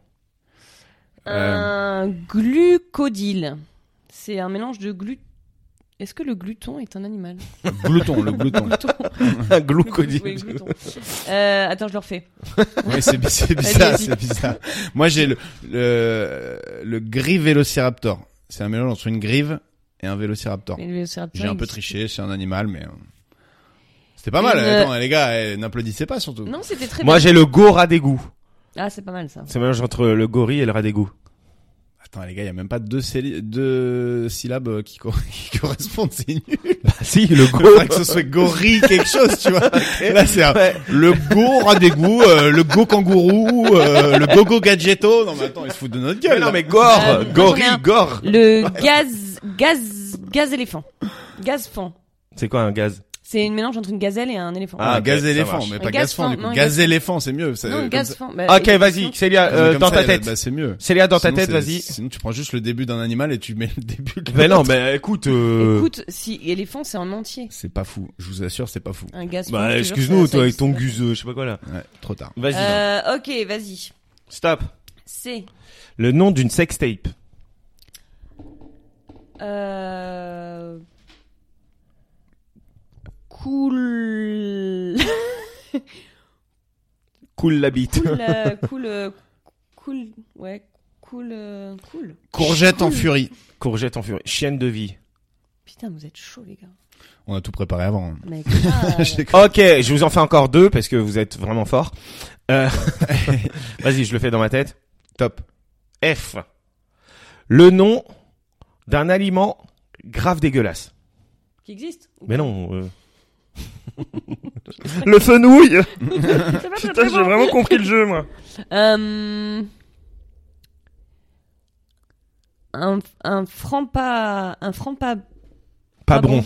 Un glucodile. C'est un mélange de Est-ce que le gluton est un animal? Glouton, le glouton. Un glucodile. Oui, gluton. Attends, je le refais. Oui, c'est bizarre, Vas-y. c'est bizarre. Moi, j'ai le grive vélociraptor. C'est un mélange entre une grive et un vélociraptor. Mais le vélociraptor, J'ai un peu il- triché, c'est un animal, mais c'était pas mal. Une- Attends, les gars, n'applaudissez pas surtout. Non, c'était très Moi, bien. j'ai le gora d'égout. Ah, c'est pas mal ça. C'est un mélange entre le gorille et le rat d'égout. Attends, les gars, il y a même pas deux syllabes qui correspondent, c'est nul. Bah si, le Il go. faudrait que ce soit gorille quelque chose, tu vois. Là, c'est le go rat d'égout, le go kangourou, le gogo gadgetto. Non, mais attends, ils se foutent de notre gueule. Mais non, là. mais gore, Moi, gorille, j'en ai un. gore. Le gaz éléphant. Gaz-fan. C'est quoi un gaz? C'est une mélange entre une gazelle et un éléphant. Ah, ok, gaz ça éléphant, marche. mais Un pas gaz gaz fan, du fan, coup. non, Gaz gaz- éléphant, c'est mieux. Ça- Non, comme ça- gaz-fan. Bah, Ok, vas-y, Célia, mais comme dans ça, ta tête. Bah, c'est mieux. Célia, dans ta Sinon, tête, c'est- vas-y. Sinon, tu prends juste le début d'un animal et tu mets le début de Mais non, l'autre. mais écoute, Écoute, si éléphant, c'est en entier. C'est pas fou. Je vous assure, c'est pas fou. Un gaz. bah, excuse-nous, toi, avec ton guseux, je sais pas quoi, là. Ouais, trop tard. Vas-y. Ok, vas-y. Stop. C'est. Le nom d'une sextape. Cool. Cool la bite. Cool. Ouais. Cool. Courgette en Cool. furie. Courgette en furie. Chienne de vie. Putain, vous êtes chaud, les gars. On a tout préparé avant. Mec, Ok, je vous en fais encore deux parce que vous êtes vraiment forts. Vas-y, je le fais dans ma tête. Top. F. Le nom d'un aliment grave dégueulasse. qui existe. Mais non. Le fenouil. Putain, j'ai vraiment compris le jeu, moi. Un franc pas. Pas bon.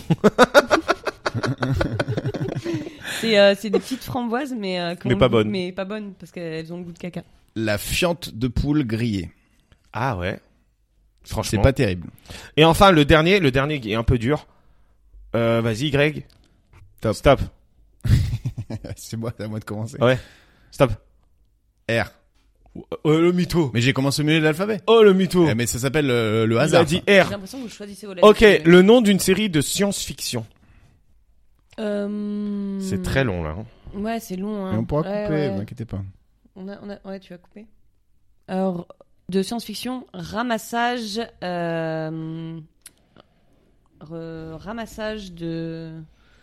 C'est des petites framboises, mais Mais pas bonnes. Mais pas bonnes parce qu'elles ont le goût de caca. La fiente de poule grillée. Ah ouais. C'est Franchement. pas terrible. Et enfin, le dernier qui est un peu dur. Vas-y, Greg. Top. Stop. C'est à moi de commencer. Ouais. Stop. R. Le mytho. Mais j'ai commencé au milieu de l'alphabet. Oh, le mytho. Mais ça s'appelle le Il hasard. a dit J'ai R. l'impression que vous choisissez vos lettres. Ok, le nom d'une série de science-fiction. Hmm. C'est très long, là. Hein. Ouais, c'est long. Hein. Et on pourra Ouais, couper, ouais. vous inquiétez pas. Ouais, tu vas couper. Alors, de science-fiction, ramassage. Ramassage de.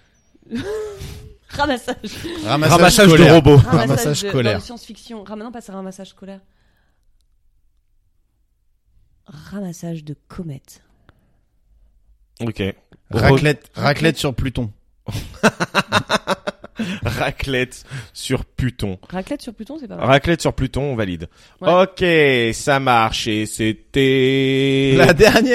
Ramassage de scolaire. robots. Ramassage scolaire. Dans la science-fiction. Non, pas ça, ramassage scolaire. Ramassage de comètes. Ok. Raclette sur Pluton. Raclette sur Pluton. Raclette sur Pluton, c'est pas mal. Raclette sur Pluton, on valide. Ouais. Ok, ça marche et c'était la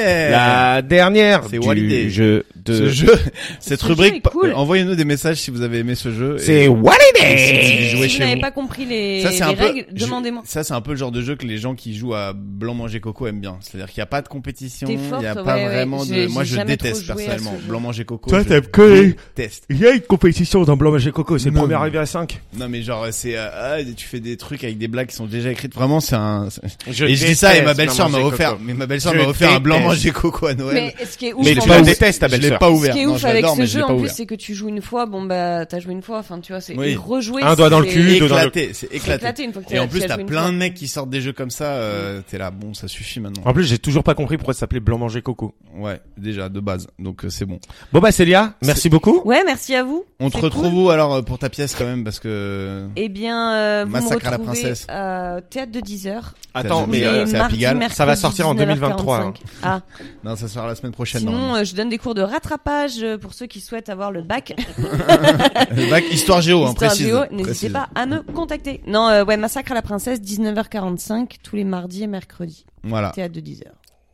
dernière c'est du Walidé. Ce jeu, cette rubrique. Cool. Envoyez-nous des messages si vous avez aimé ce jeu. C'est Walidé. Si vous n'avez pas compris les règles, demandez-moi. Ça, c'est un peu le genre de jeu que les gens qui jouent à Blanc Manger Coco aiment bien. C'est-à-dire qu'il n'y a pas de compétition, il n'y a pas vraiment de... Moi, je déteste personnellement Blanc Manger Coco. Toi, t'aimes que il y a une compétition dans Blanc Manger Coco, c'est le premier arrivé à 5. Non, mais genre, c'est, tu fais des trucs avec des blagues qui sont déjà écrites. Vraiment, c'est un... Et je dis ça et ma belle-sœur m'a offert, un Blanc Manger Coco à Noël. Mais ce qui est ouf, mais tu la détestes, ta belle-sœur. Pas ouvert. Ce qui est ouf avec ce jeu, en plus, c'est que tu joues une fois, bon bah t'as joué une fois, enfin tu vois, c'est rejouer. Un doigt dans le cul, deux dans le... C'est éclaté une fois que et en plus t'as plein de mecs qui sortent des jeux comme ça, t'es là, bon ça suffit maintenant. En plus j'ai toujours pas compris pourquoi ça s'appelait Blanc Manger Coco. Ouais, déjà de base, donc c'est bon. Bon bah Célia, merci beaucoup. Ouais, merci à vous. On te retrouve où alors pour ta pièce quand même parce que. Eh bien, vous Massacre me à la princesse. Théâtre de 10h. Attends, mais c'est à Pigalle. Ça va sortir en 2023. Hein. Ah. Non, ça sera la semaine prochaine. Sinon, je donne des cours de rattrapage pour ceux qui souhaitent avoir le bac. Le bac Histoire Géo, précise. N'hésitez pas à me contacter. Non, ouais, Massacre à la princesse, 19h45 tous les mardis et mercredis. Voilà. Théâtre de 10h.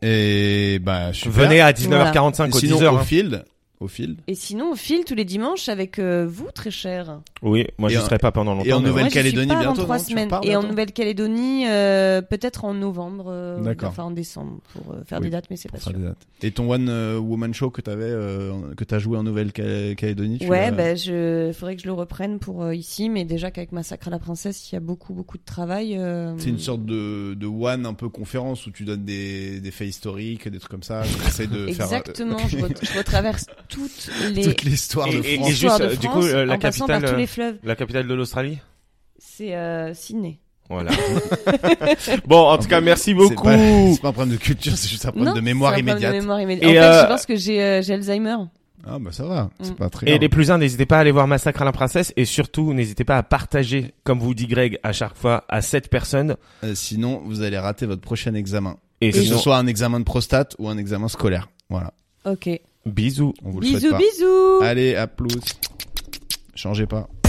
Et bah, venez à 19h45 au 10h. Au fil. Et sinon, au fil tous les dimanches avec vous, très cher. Oui, moi je serai pas pendant longtemps. Et en Nouvelle-Calédonie bientôt. 3 semaines. Et en Nouvelle-Calédonie, peut-être en novembre. D'accord. Enfin en décembre pour faire des dates, mais c'est pas sûr. Et ton One Woman Show que t'as joué en Nouvelle-Calédonie. Ouais, faudrait que je le reprenne pour ici, mais déjà qu'avec Massacre à la princesse, il y a beaucoup de travail. C'est une sorte de One un peu conférence où tu donnes des faits historiques, des trucs comme ça. Exactement. Je retraverse toute l'histoire de France. Et juste, du coup, la capitale, tous les fleuves. La capitale de l'Australie? C'est Sydney. Voilà. Bon, en tout cas, merci beaucoup. C'est pas un problème de culture, c'est juste un problème de mémoire immédiate. En fait, je pense que j'ai Alzheimer. Ah bah ça va, c'est pas très grave. Et les plus uns, n'hésitez pas à aller voir Massacre à la princesse et surtout, n'hésitez pas à partager, comme vous dit Greg, à chaque fois à 7 personnes. Sinon, vous allez rater votre prochain examen. Et que ce soit un examen de prostate ou un examen scolaire. Voilà. Ok. Bisous. On vous le souhaite pas. Bisous. Allez, à plus. Changez pas.